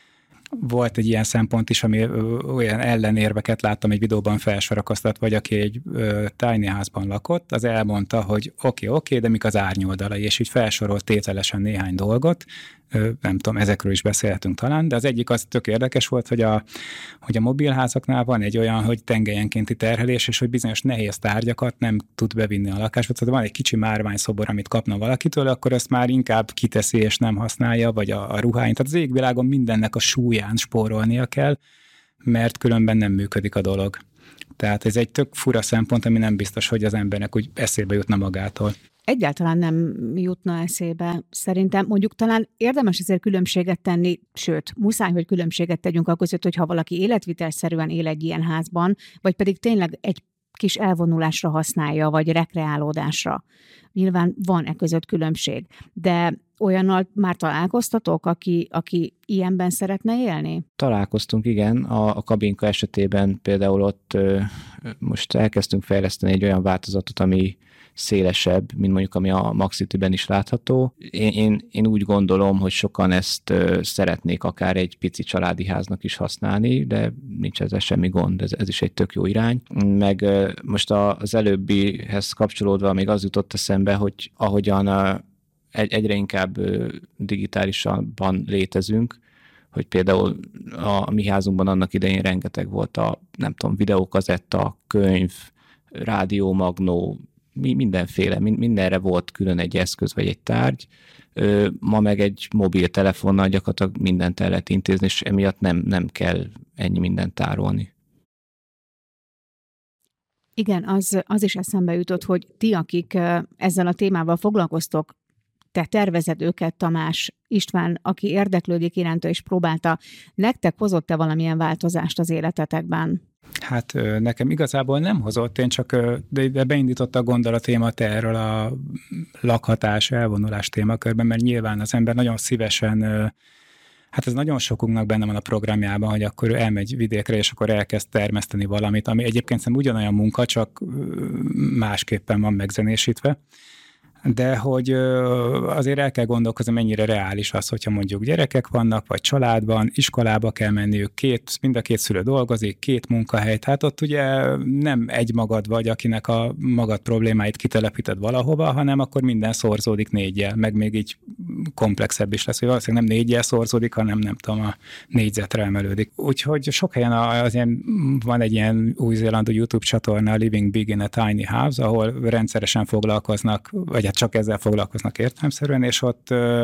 volt egy ilyen szempont is, ami olyan ellenérveket láttam egy videóban felsorakoztatva, vagy aki egy ö, tiny house-ban lakott, az elmondta, hogy oké, okay, oké, okay, de mik az árnyoldalai, és így felsorolt tételesen néhány dolgot, ö, nem tudom, ezekről is beszélhetünk talán, de az egyik az tök érdekes volt, hogy a, hogy a mobilházaknál van egy olyan, hogy tengelyenkénti terhelés, és hogy bizonyos nehéz tárgyakat nem tud bevinni a lakásba. Tehát van egy kicsi márványszobor, amit kapna valakitől, akkor ezt már inkább kiteszi és nem használja, vagy a, a ruháin. Tehát az égvilágon mindennek a súlyán spórolnia kell, mert különben nem működik a dolog. Tehát ez egy tök fura szempont, ami nem biztos, hogy az embernek úgy eszébe jutna magától. Egyáltalán nem jutna eszébe. Szerintem mondjuk talán érdemes ezért különbséget tenni, sőt, muszáj, hogy különbséget tegyünk a között, hogy ha valaki életvitelszerűen él egy ilyen házban, vagy pedig tényleg egy kis elvonulásra használja, vagy rekreálódásra. Nyilván van e között különbség, de olyannal már találkoztatok, aki, aki ilyenben szeretne élni? Találkoztunk, igen. A, a kabinka esetében például ott ö, most elkezdtünk fejleszteni egy olyan változatot, ami szélesebb, mint mondjuk ami a Maxity-ben is látható. Én, én, én úgy gondolom, hogy sokan ezt ö, szeretnék akár egy pici családi háznak is használni, de nincs ezzel semmi gond, ez, ez is egy tök jó irány. Meg ö, most a, az előbbihez kapcsolódva még az jutott eszembe, hogy ahogyan a, egy, egyre inkább ö, digitálisan létezünk, hogy például a, a mi házunkban annak idején rengeteg volt a, nem tudom, videókazetta, könyv, rádiómagnó, mindenféle, mindenre volt külön egy eszköz vagy egy tárgy. Ma meg egy mobiltelefonnal gyakorlatilag mindent el lehet intézni, és emiatt nem, nem kell ennyi mindent tárolni. Igen, az, az is eszembe jutott, hogy ti, akik ezzel a témával foglalkoztok, te tervezed őket, Tamás, István, aki érdeklődik iránta és próbálta, nektek hozott-e valamilyen változást az életetekben? Hát nekem igazából nem hozott, én csak de beindította a gondolatémat erről a lakhatás, elvonulás témakörben, mert nyilván az ember nagyon szívesen, hát ez nagyon sokunknak benne van a programjában, hogy akkor elmegy vidékre, és akkor elkezd termeszteni valamit, ami egyébként szerintem ugyanolyan munka, csak másképpen van megzenésítve. De hogy azért el kell gondolkozni, mennyire reális az, hogyha mondjuk gyerekek vannak, vagy családban, iskolába kell menniük, két, mind a két szülő dolgozik, két munkahely, tehát ott ugye nem egy magad vagy, akinek a magad problémáit kitelepíted valahova, hanem akkor minden szorzódik négyel, meg még így komplexebb is lesz, hogy valószínűleg nem négyel szorzódik, hanem nem tudom, a négyzetre emelődik. Úgyhogy sok helyen az ilyen, van egy ilyen új-zélandú YouTube csatorna, Living Big in a Tiny House, ahol rendszeresen foglalkoznak, vagy hát csak ezzel foglalkoznak értelemszerűen, és ott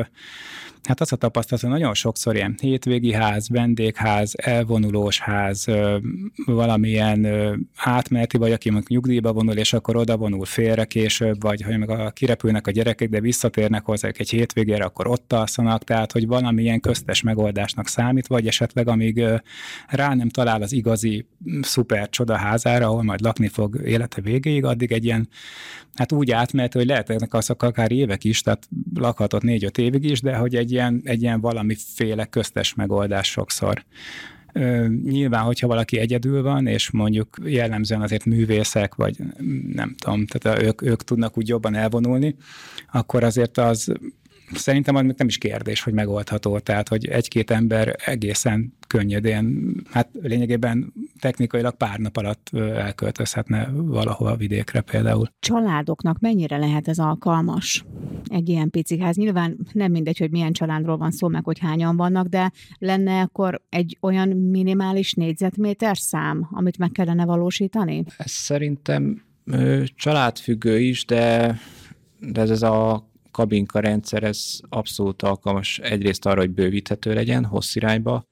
hát az a tapasztalat, hogy nagyon sokszor ilyen hétvégi ház, vendégház, elvonulós ház, valamilyen átmeneti, vagy aki mondjuk nyugdíjba vonul, és akkor oda vonul félre később, vagy hogy meg a, kirepülnek a gyerekek, de visszatérnek hozzájuk egy hétvégére, akkor ott alszanak, tehát hogy valamilyen köztes megoldásnak számít, vagy esetleg amíg rá nem talál az igazi szuper csodaházára, ahol majd lakni fog élete végéig, addig egy ilyen, hát úgy átmehet, hogy lehetnek azok akár évek is, tehát lakhatott négy-öt évig is, de hogy egy ilyen, egy ilyen valamiféle köztes megoldás sokszor. Ö, nyilván, hogyha valaki egyedül van, és mondjuk jellemzően azért művészek, vagy nem tudom, tehát ők, ők tudnak úgy jobban elvonulni, akkor azért az szerintem az nem is kérdés, hogy megoldható, tehát hogy egy-két ember egészen könnyedén, hát lényegében technikailag pár nap alatt elköltözhetne valahova vidékre például. Családoknak mennyire lehet ez alkalmas? Egy ilyen pici ház. Nyilván nem mindegy, hogy milyen családról van szó, meg hogy hányan vannak, de lenne akkor egy olyan minimális négyzetméter szám, amit meg kellene valósítani? Ez szerintem családfüggő is, de, de ez, ez a kabinka rendszer, ez abszolút alkalmas egyrészt arra, hogy bővíthető legyen hossz irányba,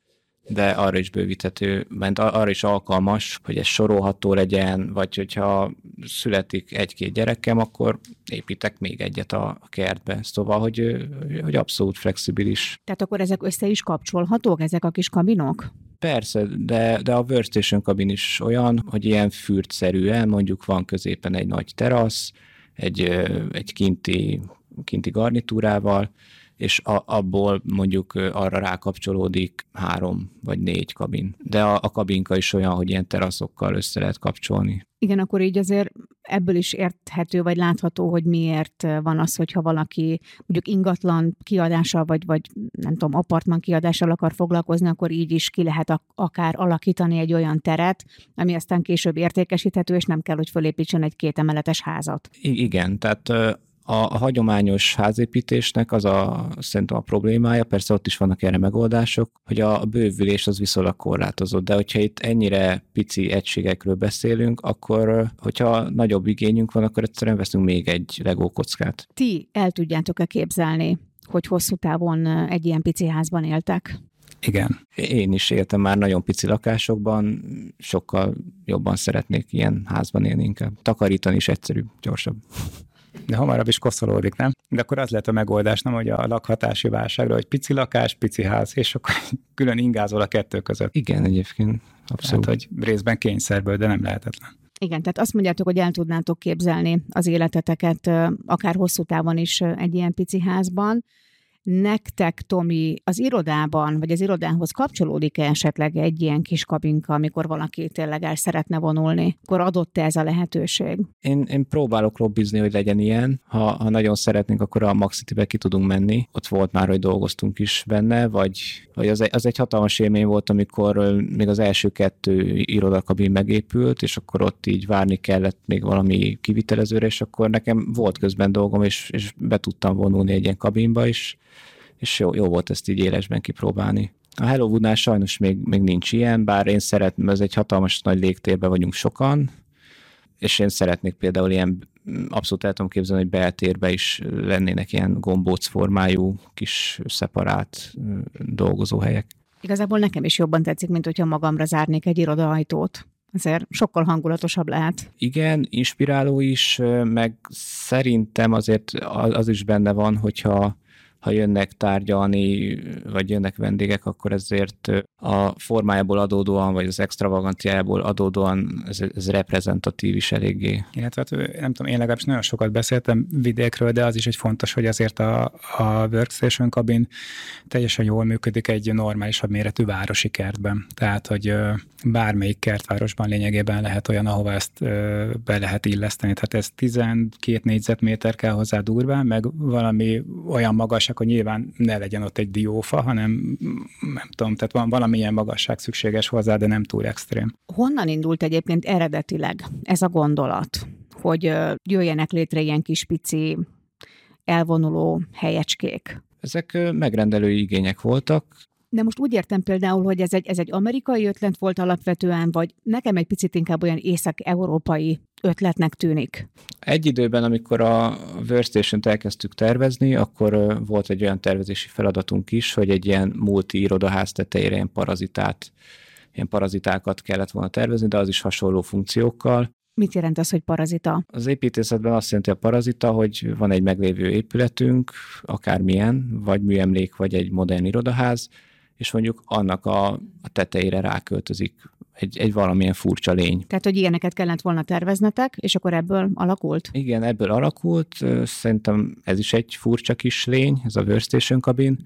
de arra is bővíthető, mert arra is alkalmas, hogy ez sorolható legyen, vagy hogyha születik egy-két gyerekem, akkor építek még egyet a kertbe. Szóval, hogy, hogy abszolút flexibilis. Tehát akkor ezek össze is kapcsolhatók, ezek a kis kabinok? Persze, de, de a workstation kabin is olyan, hogy ilyen fürtszerűen, mondjuk van középen egy nagy terasz, egy, egy kinti, kinti garnitúrával, és a, abból mondjuk arra rákapcsolódik három vagy négy kabin. De a, a kabinka is olyan, hogy ilyen teraszokkal össze lehet kapcsolni. Igen, akkor így azért ebből is érthető, vagy látható, hogy miért van az, hogyha valaki mondjuk ingatlan kiadással, vagy, vagy nem tudom, apartman kiadással akar foglalkozni, akkor így is ki lehet ak- akár alakítani egy olyan teret, ami aztán később értékesíthető, és nem kell, hogy fölépítsen egy kétemeletes házat. I- igen, tehát A, a hagyományos házépítésnek az a, szerintem a problémája, persze ott is vannak erre megoldások, hogy a, a bővülés az viszonylag korlátozott, de hogyha itt ennyire pici egységekről beszélünk, akkor hogyha nagyobb igényünk van, akkor egyszerűen veszünk még egy Lego kockát. Ti el tudjátok-e képzelni, hogy hosszú távon egy ilyen pici házban éltek? Igen. Én is éltem már nagyon pici lakásokban, sokkal jobban szeretnék ilyen házban élni inkább. Takarítani is egyszerűbb, gyorsabb. De hamarabb is koszolódik, nem? De akkor az lehet a megoldás, nem, hogy a lakhatási válságra, hogy pici lakás, pici ház, és akkor külön ingázol a kettő között. Igen, egyébként, abszolút. Tehát, hogy részben kényszerből, de nem lehetetlen. Igen, tehát azt mondjátok, hogy el tudnátok képzelni az életeteket akár hosszú távon is egy ilyen pici házban. Nektek, Tomi, az irodában, vagy az irodához kapcsolódik-e esetleg egy ilyen kis kabinka, amikor valaki tényleg el szeretne vonulni? Akkor adott-e ez a lehetőség? Én, én próbálok lobbizni, hogy legyen ilyen. Ha, ha nagyon szeretnénk, akkor a Max Citybe ki tudunk menni. Ott volt már, hogy dolgoztunk is benne, vagy, vagy az, egy, az egy hatalmas élmény volt, amikor még az első kettő irodakabin megépült, és akkor ott így várni kellett még valami kivitelezőre, és akkor nekem volt közben dolgom, és, és be tudtam vonulni egy ilyen kabinba is, és jó, jó volt ezt így élesben kipróbálni. A Hellowoodnál sajnos még, még nincs ilyen, bár én szeretném, ez egy hatalmas nagy légtérben vagyunk sokan, és én szeretnék például ilyen, abszolút el tudom képzelni, hogy beltérben is lennének ilyen gombóc formájú, kis szeparált dolgozóhelyek. Igazából nekem is jobban tetszik, mint hogyha magamra zárnék egy irodaajtót. Ezért sokkal hangulatosabb lehet. Igen, inspiráló is, meg szerintem azért az is benne van, hogyha ha jönnek tárgyalni, vagy jönnek vendégek, akkor ezért a formájából adódóan, vagy az extravaganciájából adódóan ez, ez reprezentatív is eléggé. Illetve nem tudom, én legalábbis nagyon sokat beszéltem vidékről, de az is egy fontos, hogy azért a, a workstation kabin teljesen jól működik egy normálisabb méretű városi kertben. Tehát, hogy bármelyik kertvárosban lényegében lehet olyan, ahova ezt be lehet illeszteni. Tehát ez tizenkét négyzetméter kell hozzá durván, meg valami olyan magas, akkor nyilván ne legyen ott egy diófa, hanem nem tudom, tehát van valamilyen magasság szükséges hozzá, de nem túl extrém. Honnan indult egyébként eredetileg ez a gondolat, hogy jöjjenek létre ilyen kis pici elvonuló helyecskék? Ezek megrendelői igények voltak. De most úgy értem például, hogy ez egy, ez egy amerikai ötlet volt alapvetően, vagy nekem egy picit inkább olyan észak-európai ötletnek tűnik. Egy időben, amikor a Workstation-t elkezdtük tervezni, akkor volt egy olyan tervezési feladatunk is, hogy egy ilyen multi-irodaház tetejére ilyen parazitát, ilyen parazitákat kellett volna tervezni, de az is hasonló funkciókkal. Mit jelent az, hogy parazita? Az építészetben azt jelenti a parazita, hogy van egy meglévő épületünk, akármilyen, vagy műemlék, vagy egy modern irodaház, és mondjuk annak a, a tetejére ráköltözik egy, egy valamilyen furcsa lény. Tehát, hogy ilyeneket kellett volna terveznetek, és akkor ebből alakult? Igen, ebből alakult. Szerintem ez is egy furcsa kis lény, ez a Workstation kabin,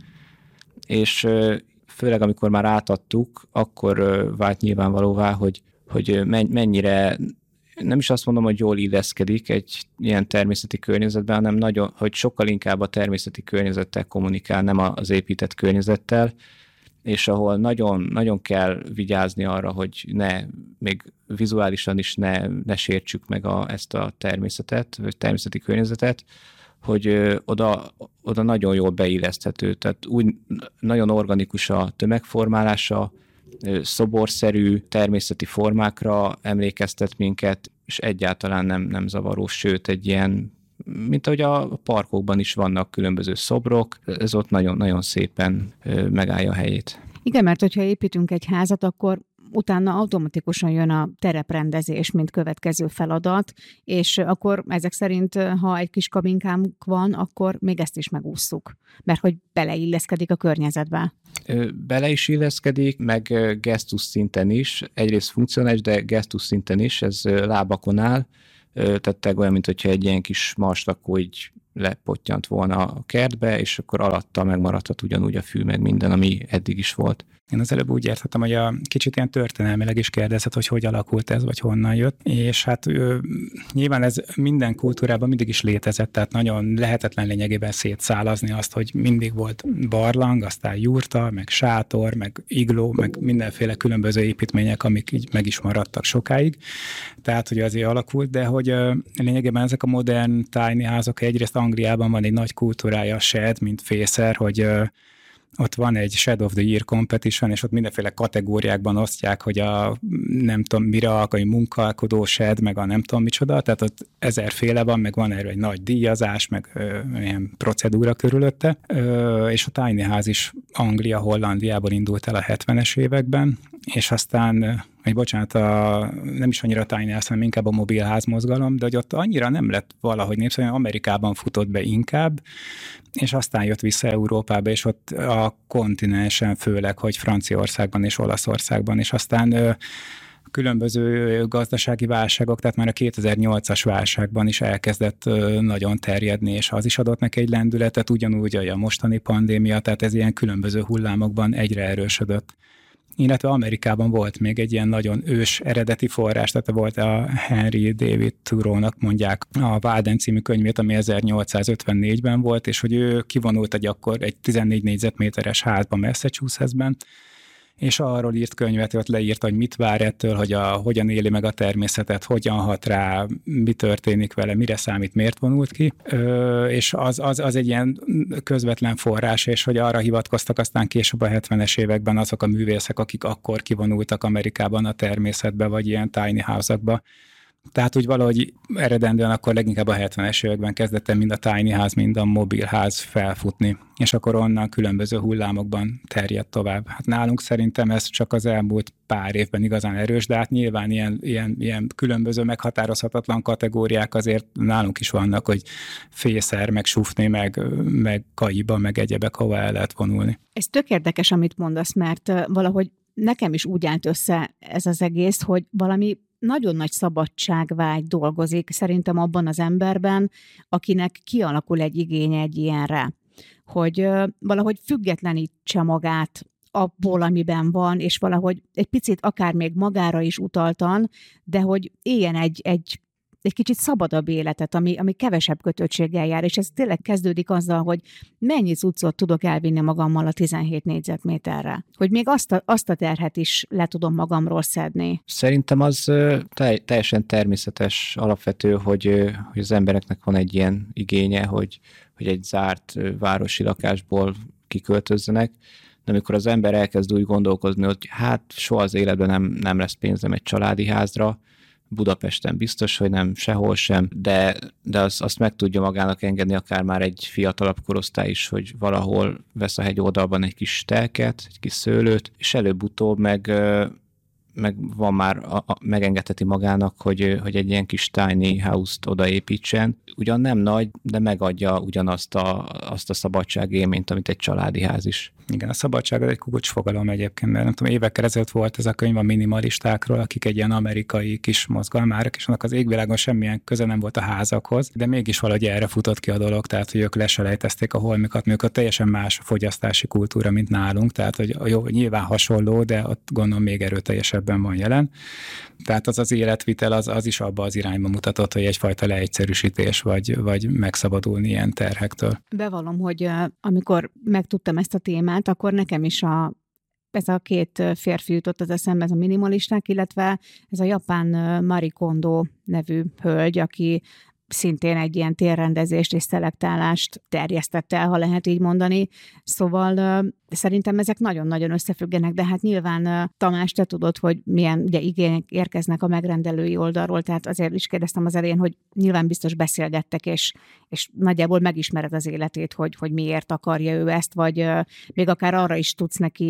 és főleg amikor már átadtuk, akkor vált nyilvánvalóvá, hogy, hogy mennyire, nem is azt mondom, hogy jól illeszkedik egy ilyen természeti környezetben, hanem nagyon, hogy sokkal inkább a természeti környezettel kommunikál, nem az épített környezettel, és ahol nagyon, nagyon kell vigyázni arra, hogy ne, még vizuálisan is ne, ne sértsük meg a, ezt a természetet, vagy természeti környezetet, hogy ö, oda, oda nagyon jól beilleszthető. Tehát úgy nagyon organikus a tömegformálása, ö, szoborszerű természeti formákra emlékeztet minket, és egyáltalán nem, nem zavaró, sőt egy ilyen, mint ahogy a parkokban is vannak különböző szobrok, ez ott nagyon, nagyon szépen ö, megállja a helyét. Igen, mert hogyha építünk egy házat, akkor utána automatikusan jön a tereprendezés, mint következő feladat, és akkor ezek szerint, ha egy kis kabinkánk van, akkor még ezt is megússzuk, mert hogy beleilleszkedik a környezetbe. Bele is illeszkedik, meg gesztus szinten is, egyrészt funkcionális, de gesztus szinten is, ez lábakon áll, tehát olyan, mint hogyha egy ilyen kis marslakó így lepottyant volna a kertbe, és akkor alatta megmaradhat ugyanúgy a fű, meg minden, ami eddig is volt. Én az előbb úgy értettem, hogy a kicsit ilyen történelmileg is kérdezett, hogy hogy alakult ez, vagy honnan jött. És hát ő, nyilván ez minden kultúrában mindig is létezett, tehát nagyon lehetetlen lényegében szétszálazni azt, hogy mindig volt barlang, aztán jurta, meg sátor, meg igló, meg mindenféle különböző építmények, amik így meg is maradtak sokáig. Tehát, hogy azért alakult, de hogy lényegében ezek a modern tiny házak, egyrészt Angliában van egy nagy kultúrája a shed, mint fészer, hogy ott van egy Shed of the Year competition, és ott mindenféle kategóriákban osztják, hogy a nem tudom mire alkalmi munkálkodó shed, meg a nem tudom micsoda, tehát ott ezerféle van, meg van erről egy nagy díjazás, meg ö, ilyen procedúra körülötte, ö, és a tiny ház is Anglia, Hollandiából indult el a hetvenes években, és aztán, egy bocsánat, a, nem is annyira a tiny house, hanem inkább a mobilház mozgalom, de hogy ott annyira nem lett valahogy népszerű, Amerikában futott be inkább, és aztán jött vissza Európába, és ott a kontinensen főleg, hogy Franciaországban és Olaszországban, és aztán ö, különböző gazdasági válságok, tehát már a kétezer-nyolcas válságban is elkezdett ö, nagyon terjedni, és az is adott neki egy lendületet, ugyanúgy a mostani pandémia, tehát ez ilyen különböző hullámokban egyre erősödött. Illetve Amerikában volt még egy ilyen nagyon ős eredeti forrás, tehát volt a Henry David Thoreau-nak mondják a Walden című könyvét, ami ezernyolcszázötvennégyben volt, és hogy ő kivonult egy akkor egy tizennégy négyzetméteres házba Massachusettsben, és arról írt könyvet, ott leírta, hogy mit vár ettől, hogy a, hogyan éli meg a természetet, hogyan hat rá, mi történik vele, mire számít, miért vonult ki, Ö, és az, az, az egy ilyen közvetlen forrás, és hogy arra hivatkoztak aztán később a hetvenes években azok a művészek, akik akkor kivonultak Amerikában a természetbe, vagy ilyen tiny house-okba. Tehát úgy valahogy eredendően akkor leginkább a hetvenes években kezdett el mind a tiny house, mind a mobilház felfutni, és akkor onnan különböző hullámokban terjedt tovább. Hát nálunk szerintem ez csak az elmúlt pár évben igazán erős, de hát nyilván ilyen, ilyen, ilyen különböző meghatározhatatlan kategóriák azért nálunk is vannak, hogy fészer, meg sufni, meg, meg kaiba, meg egyebek, hova el lehet vonulni. Ez tök érdekes, amit mondasz, mert valahogy nekem is úgy állt össze ez az egész, hogy valami nagyon nagy szabadságvágy dolgozik szerintem abban az emberben, akinek kialakul egy igénye egy ilyenre, hogy valahogy függetlenítse magát abból, amiben van, és valahogy egy picit akár még magára is utaltan, de hogy éljen egy, egy egy kicsit szabadabb életet, ami, ami kevesebb kötöttséggel jár, és ez tényleg kezdődik azzal, hogy mennyi cuccot tudok elvinni magammal a tizenhét négyzetméterre. Hogy még azt a, azt a terhet is le tudom magamról szedni. Szerintem az teljesen természetes, alapvető, hogy, hogy az embereknek van egy ilyen igénye, hogy, hogy egy zárt városi lakásból kiköltözzenek, de amikor az ember elkezd úgy gondolkozni, hogy hát soha az életben nem, nem lesz pénzem egy családi házra, Budapesten biztos, hogy nem, sehol sem, de, de az, azt meg tudja magának engedni akár már egy fiatalabb korosztály is, hogy valahol vesz a hegyoldalban egy kis telket, egy kis szőlőt, és előbb-utóbb meg, meg van már, a, a, megengedheti magának, hogy, hogy egy ilyen kis tiny house-t odaépítsen. Ugyan nem nagy, de megadja ugyanazt a, azt a szabadságélményt, amit egy családi ház is. Igen, a szabadság az egy kulcsfogalom egyébként, mert nem tudom, évekkel ezelőtt volt ez a könyv a minimalistákról, akik egy ilyen amerikai kis mozgalmárok, és annak az égvilágon semmilyen köze nem volt a házakhoz, de mégis valahogy erre futott ki a dolog, tehát hogy ők leselejtezték a holmikat, mert ők teljesen más a fogyasztási kultúra, mint nálunk, tehát hogy jó, nyilván hasonló, de ott gondolom még erőteljesebben van jelen. Tehát az az életvitel az, az is abba az irányba mutatott, hogy egyfajta leegyszerűsítés, vagy, vagy megszabadulni ilyen terhektől. Bevallom, hogy amikor megtudtam ezt a témát, akkor nekem is a, ez a két férfi jutott az eszembe, ez a minimalisták, illetve ez a japán Marie Kondo nevű hölgy, aki szintén egy ilyen térrendezést és szelektálást terjesztett el, ha lehet így mondani. Szóval szerintem ezek nagyon-nagyon összefüggenek, de hát nyilván Tamás, te tudod, hogy milyen ugye, igények érkeznek a megrendelői oldalról, tehát azért is kérdeztem az elején, hogy nyilván biztos beszélgettek, és, és nagyjából megismered az életét, hogy, hogy miért akarja ő ezt, vagy még akár arra is tudsz neki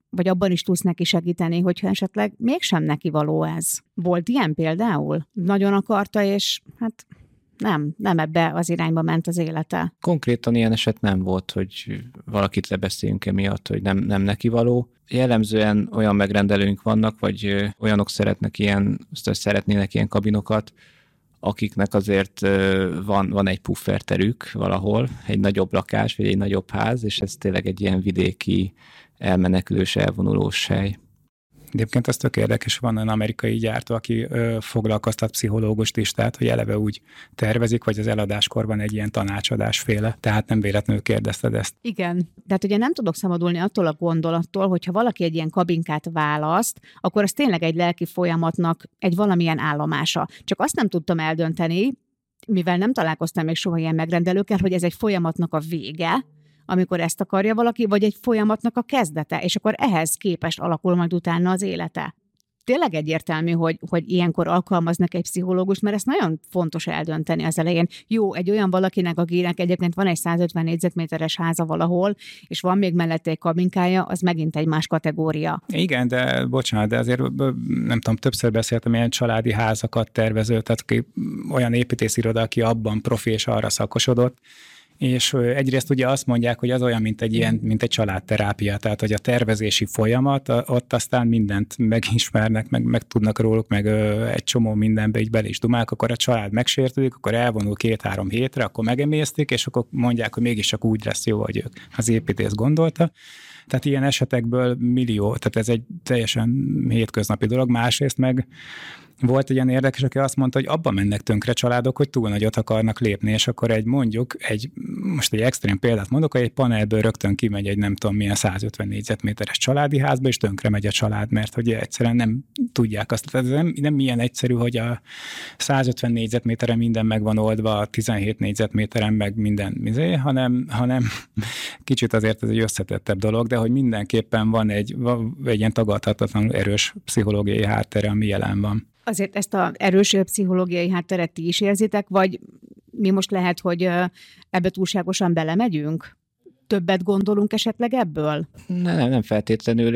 vagy abban is tudsz neki segíteni, hogyha esetleg mégsem neki való ez. Volt ilyen például? Nagyon akarta, és hát nem, nem ebbe az irányba ment az élete. Konkrétan ilyen eset nem volt, hogy valakit lebeszéljünk emiatt, hogy nem, nem neki való. Jellemzően olyan megrendelőink vannak, vagy olyanok szeretnek ilyen, szeretnének ilyen kabinokat, akiknek azért van, van egy pufferterük valahol, egy nagyobb lakás, vagy egy nagyobb ház, és ez tényleg egy ilyen vidéki, elmenekülős, elvonulós hely. Egyébként ez tök érdekes, van olyan amerikai gyártó, aki ö, foglalkoztat pszichológust is, tehát hogy eleve úgy tervezik, hogy az eladáskor van egy ilyen tanácsadásféle, tehát nem véletlenül kérdezted ezt. Igen, tehát ugye nem tudok szabadulni attól a gondolattól, hogyha valaki egy ilyen kabinkát választ, akkor az tényleg egy lelki folyamatnak egy valamilyen állomása. Csak azt nem tudtam eldönteni, mivel nem találkoztam még soha ilyen megrendelőkkel, hogy ez egy folyamatnak a vége, amikor ezt akarja valaki, vagy egy folyamatnak a kezdete, és akkor ehhez képest alakul majd utána az élete. Tényleg egyértelmű, hogy, hogy ilyenkor alkalmaznak egy pszichológust, mert ezt nagyon fontos eldönteni az elején. Jó, egy olyan valakinek, akinek egyébként van egy százötven négyzetméteres háza valahol, és van még mellette egy kabinkája, az megint egy más kategória. Igen, de bocsánat, de azért nem tudom, többször beszéltem ilyen családi házakat tervező, tehát aki, olyan építésziroda, aki abban profi és arra szakosodott, és egyrészt ugye azt mondják, hogy az olyan, mint egy ilyen, mint egy családterápia, tehát hogy a tervezési folyamat, ott aztán mindent megismernek, meg, meg tudnak róluk, meg egy csomó mindenbe így bele is dumálnak, akkor a család megsértődik, akkor elvonul két-három hétre, akkor megemésztik, és akkor mondják, hogy mégiscsak úgy lesz jó, hogy ők az építész gondolta. Tehát ilyen esetekből millió, tehát ez egy teljesen hétköznapi dolog, másrészt meg volt egy ilyen érdekes, aki azt mondta, hogy abba mennek tönkre családok, hogy túl nagyot akarnak lépni, és akkor egy mondjuk, egy, most egy extrém példát mondok, hogy egy panelből rögtön kimegy egy nem tudom milyen százötven négyzetméteres családi házba, és tönkre megy a család, mert hogy egyszerűen nem tudják azt. Tehát ez nem, nem ilyen egyszerű, hogy a százötven négyzetméteren minden meg van oldva, a tizenhét négyzetméteren meg minden, hanem, hanem kicsit azért ez egy összetettebb dolog, de hogy mindenképpen van egy, egy ilyen tagadhatatlanul erős pszichológiai háttere, ami jelen van. Azért ezt az erős pszichológiai hátteret ti is érzitek, vagy mi most lehet, hogy ebbe túlságosan belemegyünk? Többet gondolunk esetleg ebből? Nem, nem feltétlenül.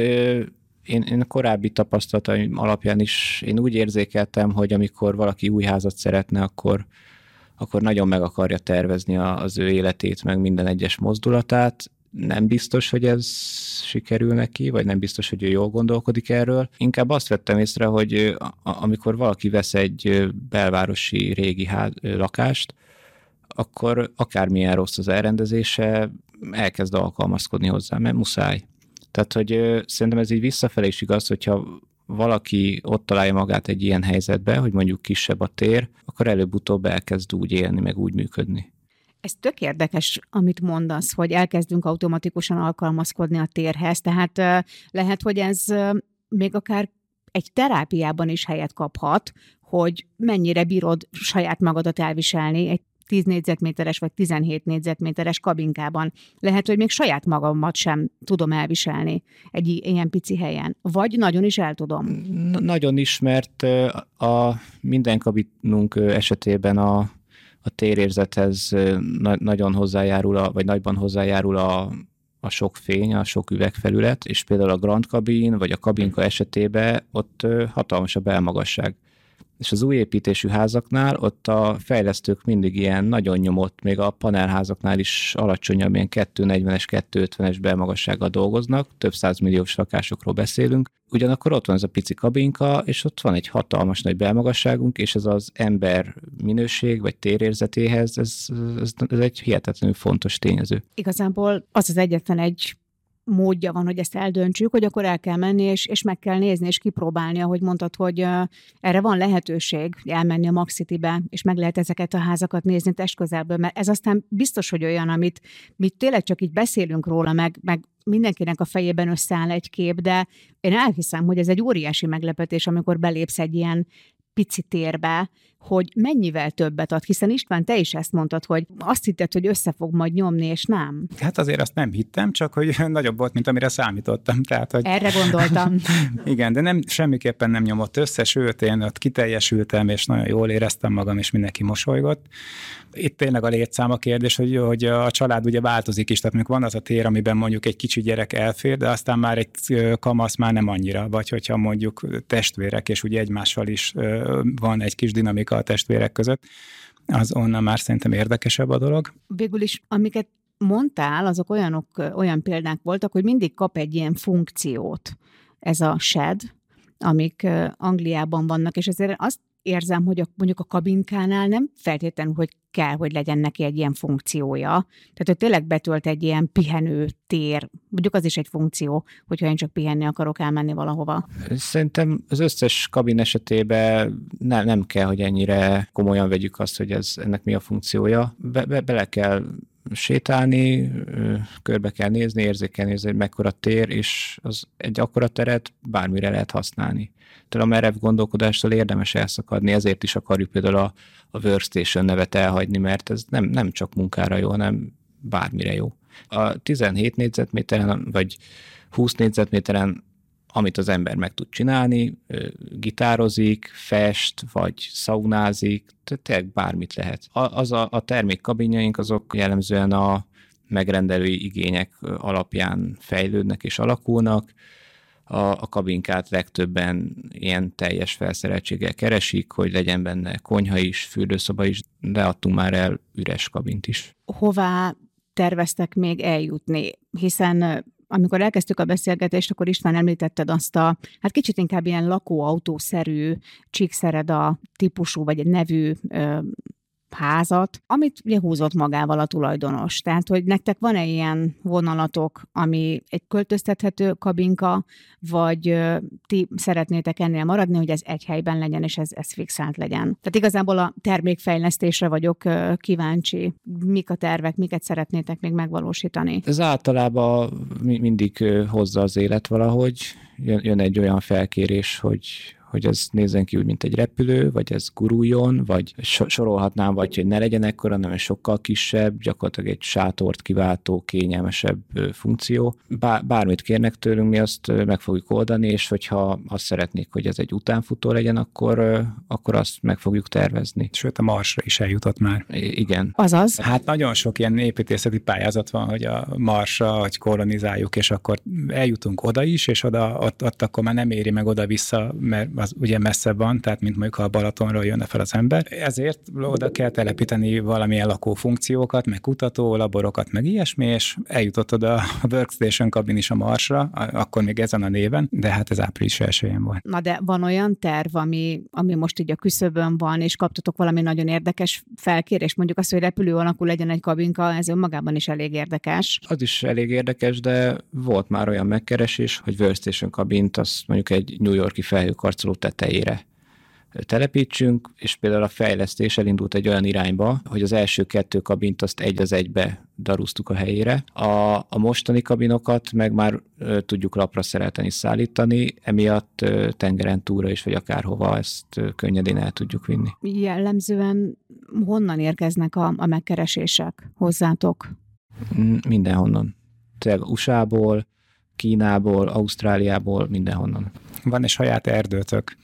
Én, én a korábbi tapasztalataim alapján is én úgy érzékeltem, hogy amikor valaki új házat szeretne, akkor, akkor nagyon meg akarja tervezni az ő életét, meg minden egyes mozdulatát. Nem biztos, hogy ez sikerül neki, vagy nem biztos, hogy ő jól gondolkodik erről. Inkább azt vettem észre, hogy amikor valaki vesz egy belvárosi régi ház, lakást, akkor akármilyen rossz az elrendezése, elkezd alkalmazkodni hozzá, mert muszáj. Tehát, hogy szerintem ez így visszafelé is igaz, hogyha valaki ott találja magát egy ilyen helyzetbe, hogy mondjuk kisebb a tér, akkor előbb-utóbb elkezd úgy élni, meg úgy működni. Ez tök érdekes, amit mondasz, hogy elkezdünk automatikusan alkalmazkodni a térhez, tehát lehet, hogy ez még akár egy terápiában is helyet kaphat, hogy mennyire bírod saját magadat elviselni egy tíz négyzetméteres vagy tizenhét négyzetméteres kabinkában. Lehet, hogy még saját magamat sem tudom elviselni egy ilyen pici helyen. Vagy nagyon is el tudom. Nagyon is, mert a minden kabinunk esetében a a térérzethez na- nagyon hozzájárul, a, vagy nagyban hozzájárul a, a sok fény, a sok üvegfelület, és például a Grand Cabin, vagy a kabinka esetében ott hatalmas a belmagasság. És az új építésű házaknál ott a fejlesztők mindig ilyen nagyon nyomott, még a panelházaknál is alacsonyabb, ilyen kétszáznegyvenes, kétszázötvenes belmagassággal dolgoznak, több százmilliós lakásokról beszélünk. Ugyanakkor ott van ez a pici kabinka, és ott van egy hatalmas nagy belmagasságunk, és ez az ember minőség, vagy térérzetéhez, ez, ez, ez egy hihetetlenül fontos tényező. Igazából az az egyetlen egy módja van, hogy ezt eldöntsük, hogy akkor el kell menni, és, és meg kell nézni, és kipróbálni, ahogy mondtad, hogy uh, erre van lehetőség, elmenni a Max Citybe, és meg lehet ezeket a házakat nézni testközelből, mert ez aztán biztos, hogy olyan, amit mi tényleg csak így beszélünk róla, meg, meg mindenkinek a fejében összeáll egy kép, de én elhiszem, hogy ez egy óriási meglepetés, amikor belépsz egy ilyen pici térbe, hogy mennyivel többet ad, hiszen István, te is ezt mondtad, hogy azt hitted, hogy össze fog majd nyomni, és nem. Hát azért azt nem hittem, csak hogy nagyobb volt, mint amire számítottam. Tehát, hogy... Erre gondoltam. Igen, de nem, semmiképpen nem nyomott össze, sőt, én ott kiteljesültem, és nagyon jól éreztem magam, és mindenki mosolygott. Itt tényleg a létszám a kérdés, hogy, hogy a család ugye változik is, tehát mondjuk van az a tér, amiben mondjuk egy kicsi gyerek elfér, de aztán már egy kamasz már nem annyira, vagy hogyha mondjuk testvérek, és ugye egymással is van egy kis dinamika a testvérek között, az onnan már szerintem érdekesebb a dolog. Végül is, amiket mondtál, azok olyanok, olyan példák voltak, hogy mindig kap egy ilyen funkciót ez a shed, amik Angliában vannak, és ezért azt érzem, hogy a, mondjuk a kabinkánál nem feltétlenül, hogy kell, hogy legyen neki egy ilyen funkciója. Tehát, hogy tényleg betölt egy ilyen pihenő tér. Mondjuk az is egy funkció, hogyha én csak pihenni akarok elmenni valahova. Szerintem az összes kabin esetében ne, nem kell, hogy ennyire komolyan vegyük azt, hogy ez, ennek mi a funkciója. Be, be, bele kell sétálni, körbe kell nézni, érzékelni, hogy mekkora tér, és az egy akkora teret bármire lehet használni. Tehát a merev gondolkodástól érdemes elszakadni, ezért is akarjuk például a, a workstation nevet elhagyni, mert ez nem, nem csak munkára jó, hanem bármire jó. A tizenhét négyzetméteren, vagy húsz négyzetméteren, amit az ember meg tud csinálni, gitározik, fest, vagy szaunázik, tehát tényleg bármit lehet. A, az a, a termékkabinjaink azok jellemzően a megrendelői igények alapján fejlődnek és alakulnak. A, a kabinkát legtöbben ilyen teljes felszereltséggel keresik, hogy legyen benne konyha is, fürdőszoba is, de adtunk már el üres kabint is. Hová terveztek még eljutni? Hiszen amikor elkezdtük a beszélgetést, akkor István említetted azt a, hát kicsit inkább ilyen lakóautószerű, Csíkszereda típusú, vagy egy nevű ö, házat, amit ugye húzott magával a tulajdonos. Tehát, hogy nektek van-e ilyen vonalatok, ami egy költöztethető kabinka, vagy ö, ti szeretnétek ennél maradni, hogy ez egy helyben legyen, és ez, ez fixált legyen. Tehát igazából a termékfejlesztésre vagyok ö, kíváncsi. Mik a tervek, miket szeretnétek még megvalósítani? Ez általában mindig hozza az élet valahogy. Jön, jön egy olyan felkérés, hogy hogy ez nézzen ki úgy, mint egy repülő, vagy ez guruljon, vagy sorolhatnám, vagy hogy ne legyen ekkora, hanem sokkal kisebb, gyakorlatilag egy sátort kiváltó, kényelmesebb funkció. Bár, bármit kérnek tőlünk, mi azt meg fogjuk oldani, és hogyha azt szeretnék, hogy ez egy utánfutó legyen, akkor, akkor azt meg fogjuk tervezni. Sőt, a Marsra is eljutott már. I- igen. Azaz? Hát nagyon sok ilyen építészeti pályázat van, hogy a Marsra, hogy kolonizáljuk, és akkor eljutunk oda is, és oda, ott, ott akkor már nem éri meg oda-vissza, mert az ugye messzebb van, tehát mint mondjuk ha a Balatonról jönne fel az ember. Ezért oda kell telepíteni valamilyen lakófunkciókat, meg kutató laborokat, meg ilyesmi, és eljutott oda a Workstation kabin is a Marsra, akkor még ezen a néven, de hát ez április elsőjén volt. Na de van olyan terv, ami, ami most így a küszöbön van, és kaptatok valami nagyon érdekes felkérést, mondjuk azt, hogy repülő alakú legyen egy kabinka, ez önmagában is elég érdekes. Az is elég érdekes, de volt már olyan megkeresés, hogy Workstation kabint, azt mondjuk egy New York-i felhőkarcoló tetejére telepítsünk, és például a fejlesztés elindult egy olyan irányba, hogy az első kettő kabint azt egy az egybe darúztuk a helyére. A, a mostani kabinokat meg már ö, tudjuk lapra szerelteni, szállítani, emiatt ö, tengeren túlra is, vagy akárhova ezt ö, könnyedén el tudjuk vinni. Jellemzően honnan érkeznek a, a megkeresések hozzátok? Mindenhonnan. Tehát u es á-ból, Kínából, Ausztráliából, mindenhonnan. Van egy saját erdőtök.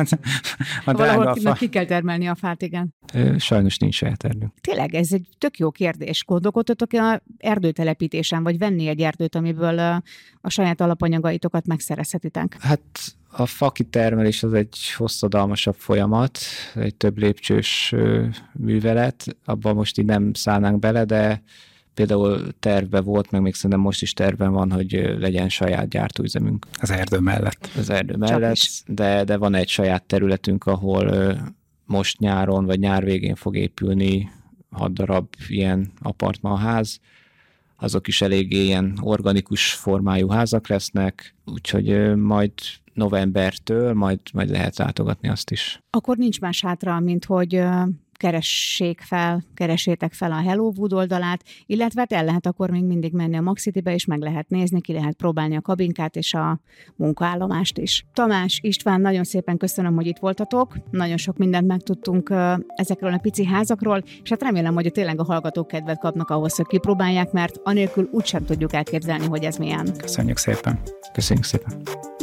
a Valahol fa... ki kell termelni a fát, igen. Sajnos nincs saját erdő. Tényleg, ez egy tök jó kérdés. Gondolkodtatok a erdőtelepítésen, vagy venni egy erdőt, amiből a saját alapanyagaitokat megszerezhetitek? Hát a fakitermelés az egy hosszadalmasabb folyamat, egy több lépcsős művelet, abban most így nem szállnánk bele, de például tervben volt, meg még szerintem most is tervben van, hogy legyen saját gyártóüzemünk. Az erdő mellett. Az erdő mellett, de, de van egy saját területünk, ahol most nyáron, vagy nyár végén fog épülni hat darab ilyen apartmanház. Azok is eléggé ilyen organikus formájú házak lesznek, úgyhogy majd novembertől majd, majd lehet látogatni azt is. Akkor nincs más hátra, mint hogy keressék fel, keressétek fel a HelloWood oldalát, illetve el lehet akkor még mindig menni a Max-Citybe, és meg lehet nézni, ki lehet próbálni a kabinkát és a munkaállomást is. Tamás, István, nagyon szépen köszönöm, hogy itt voltatok, nagyon sok mindent megtudtunk ezekről a pici házakról, és hát remélem, hogy tényleg a hallgatók kedvet kapnak ahhoz, hogy kipróbálják, mert anélkül úgysem tudjuk elképzelni, hogy ez milyen. Köszönjük szépen. Köszönjük szépen.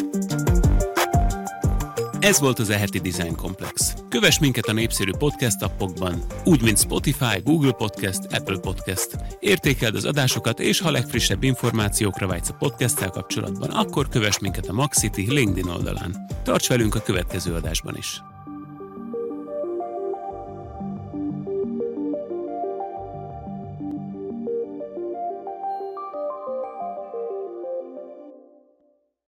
Ez volt az e-heti Design Komplex. Kövess minket a népszerű podcast appokban, úgy, mint Spotify, Google Podcast, Apple Podcast. Értékeld az adásokat, és ha legfrissebb információkra vágysz a podcasttel kapcsolatban, akkor kövess minket a Max City LinkedIn oldalán. Tarts velünk a következő adásban is!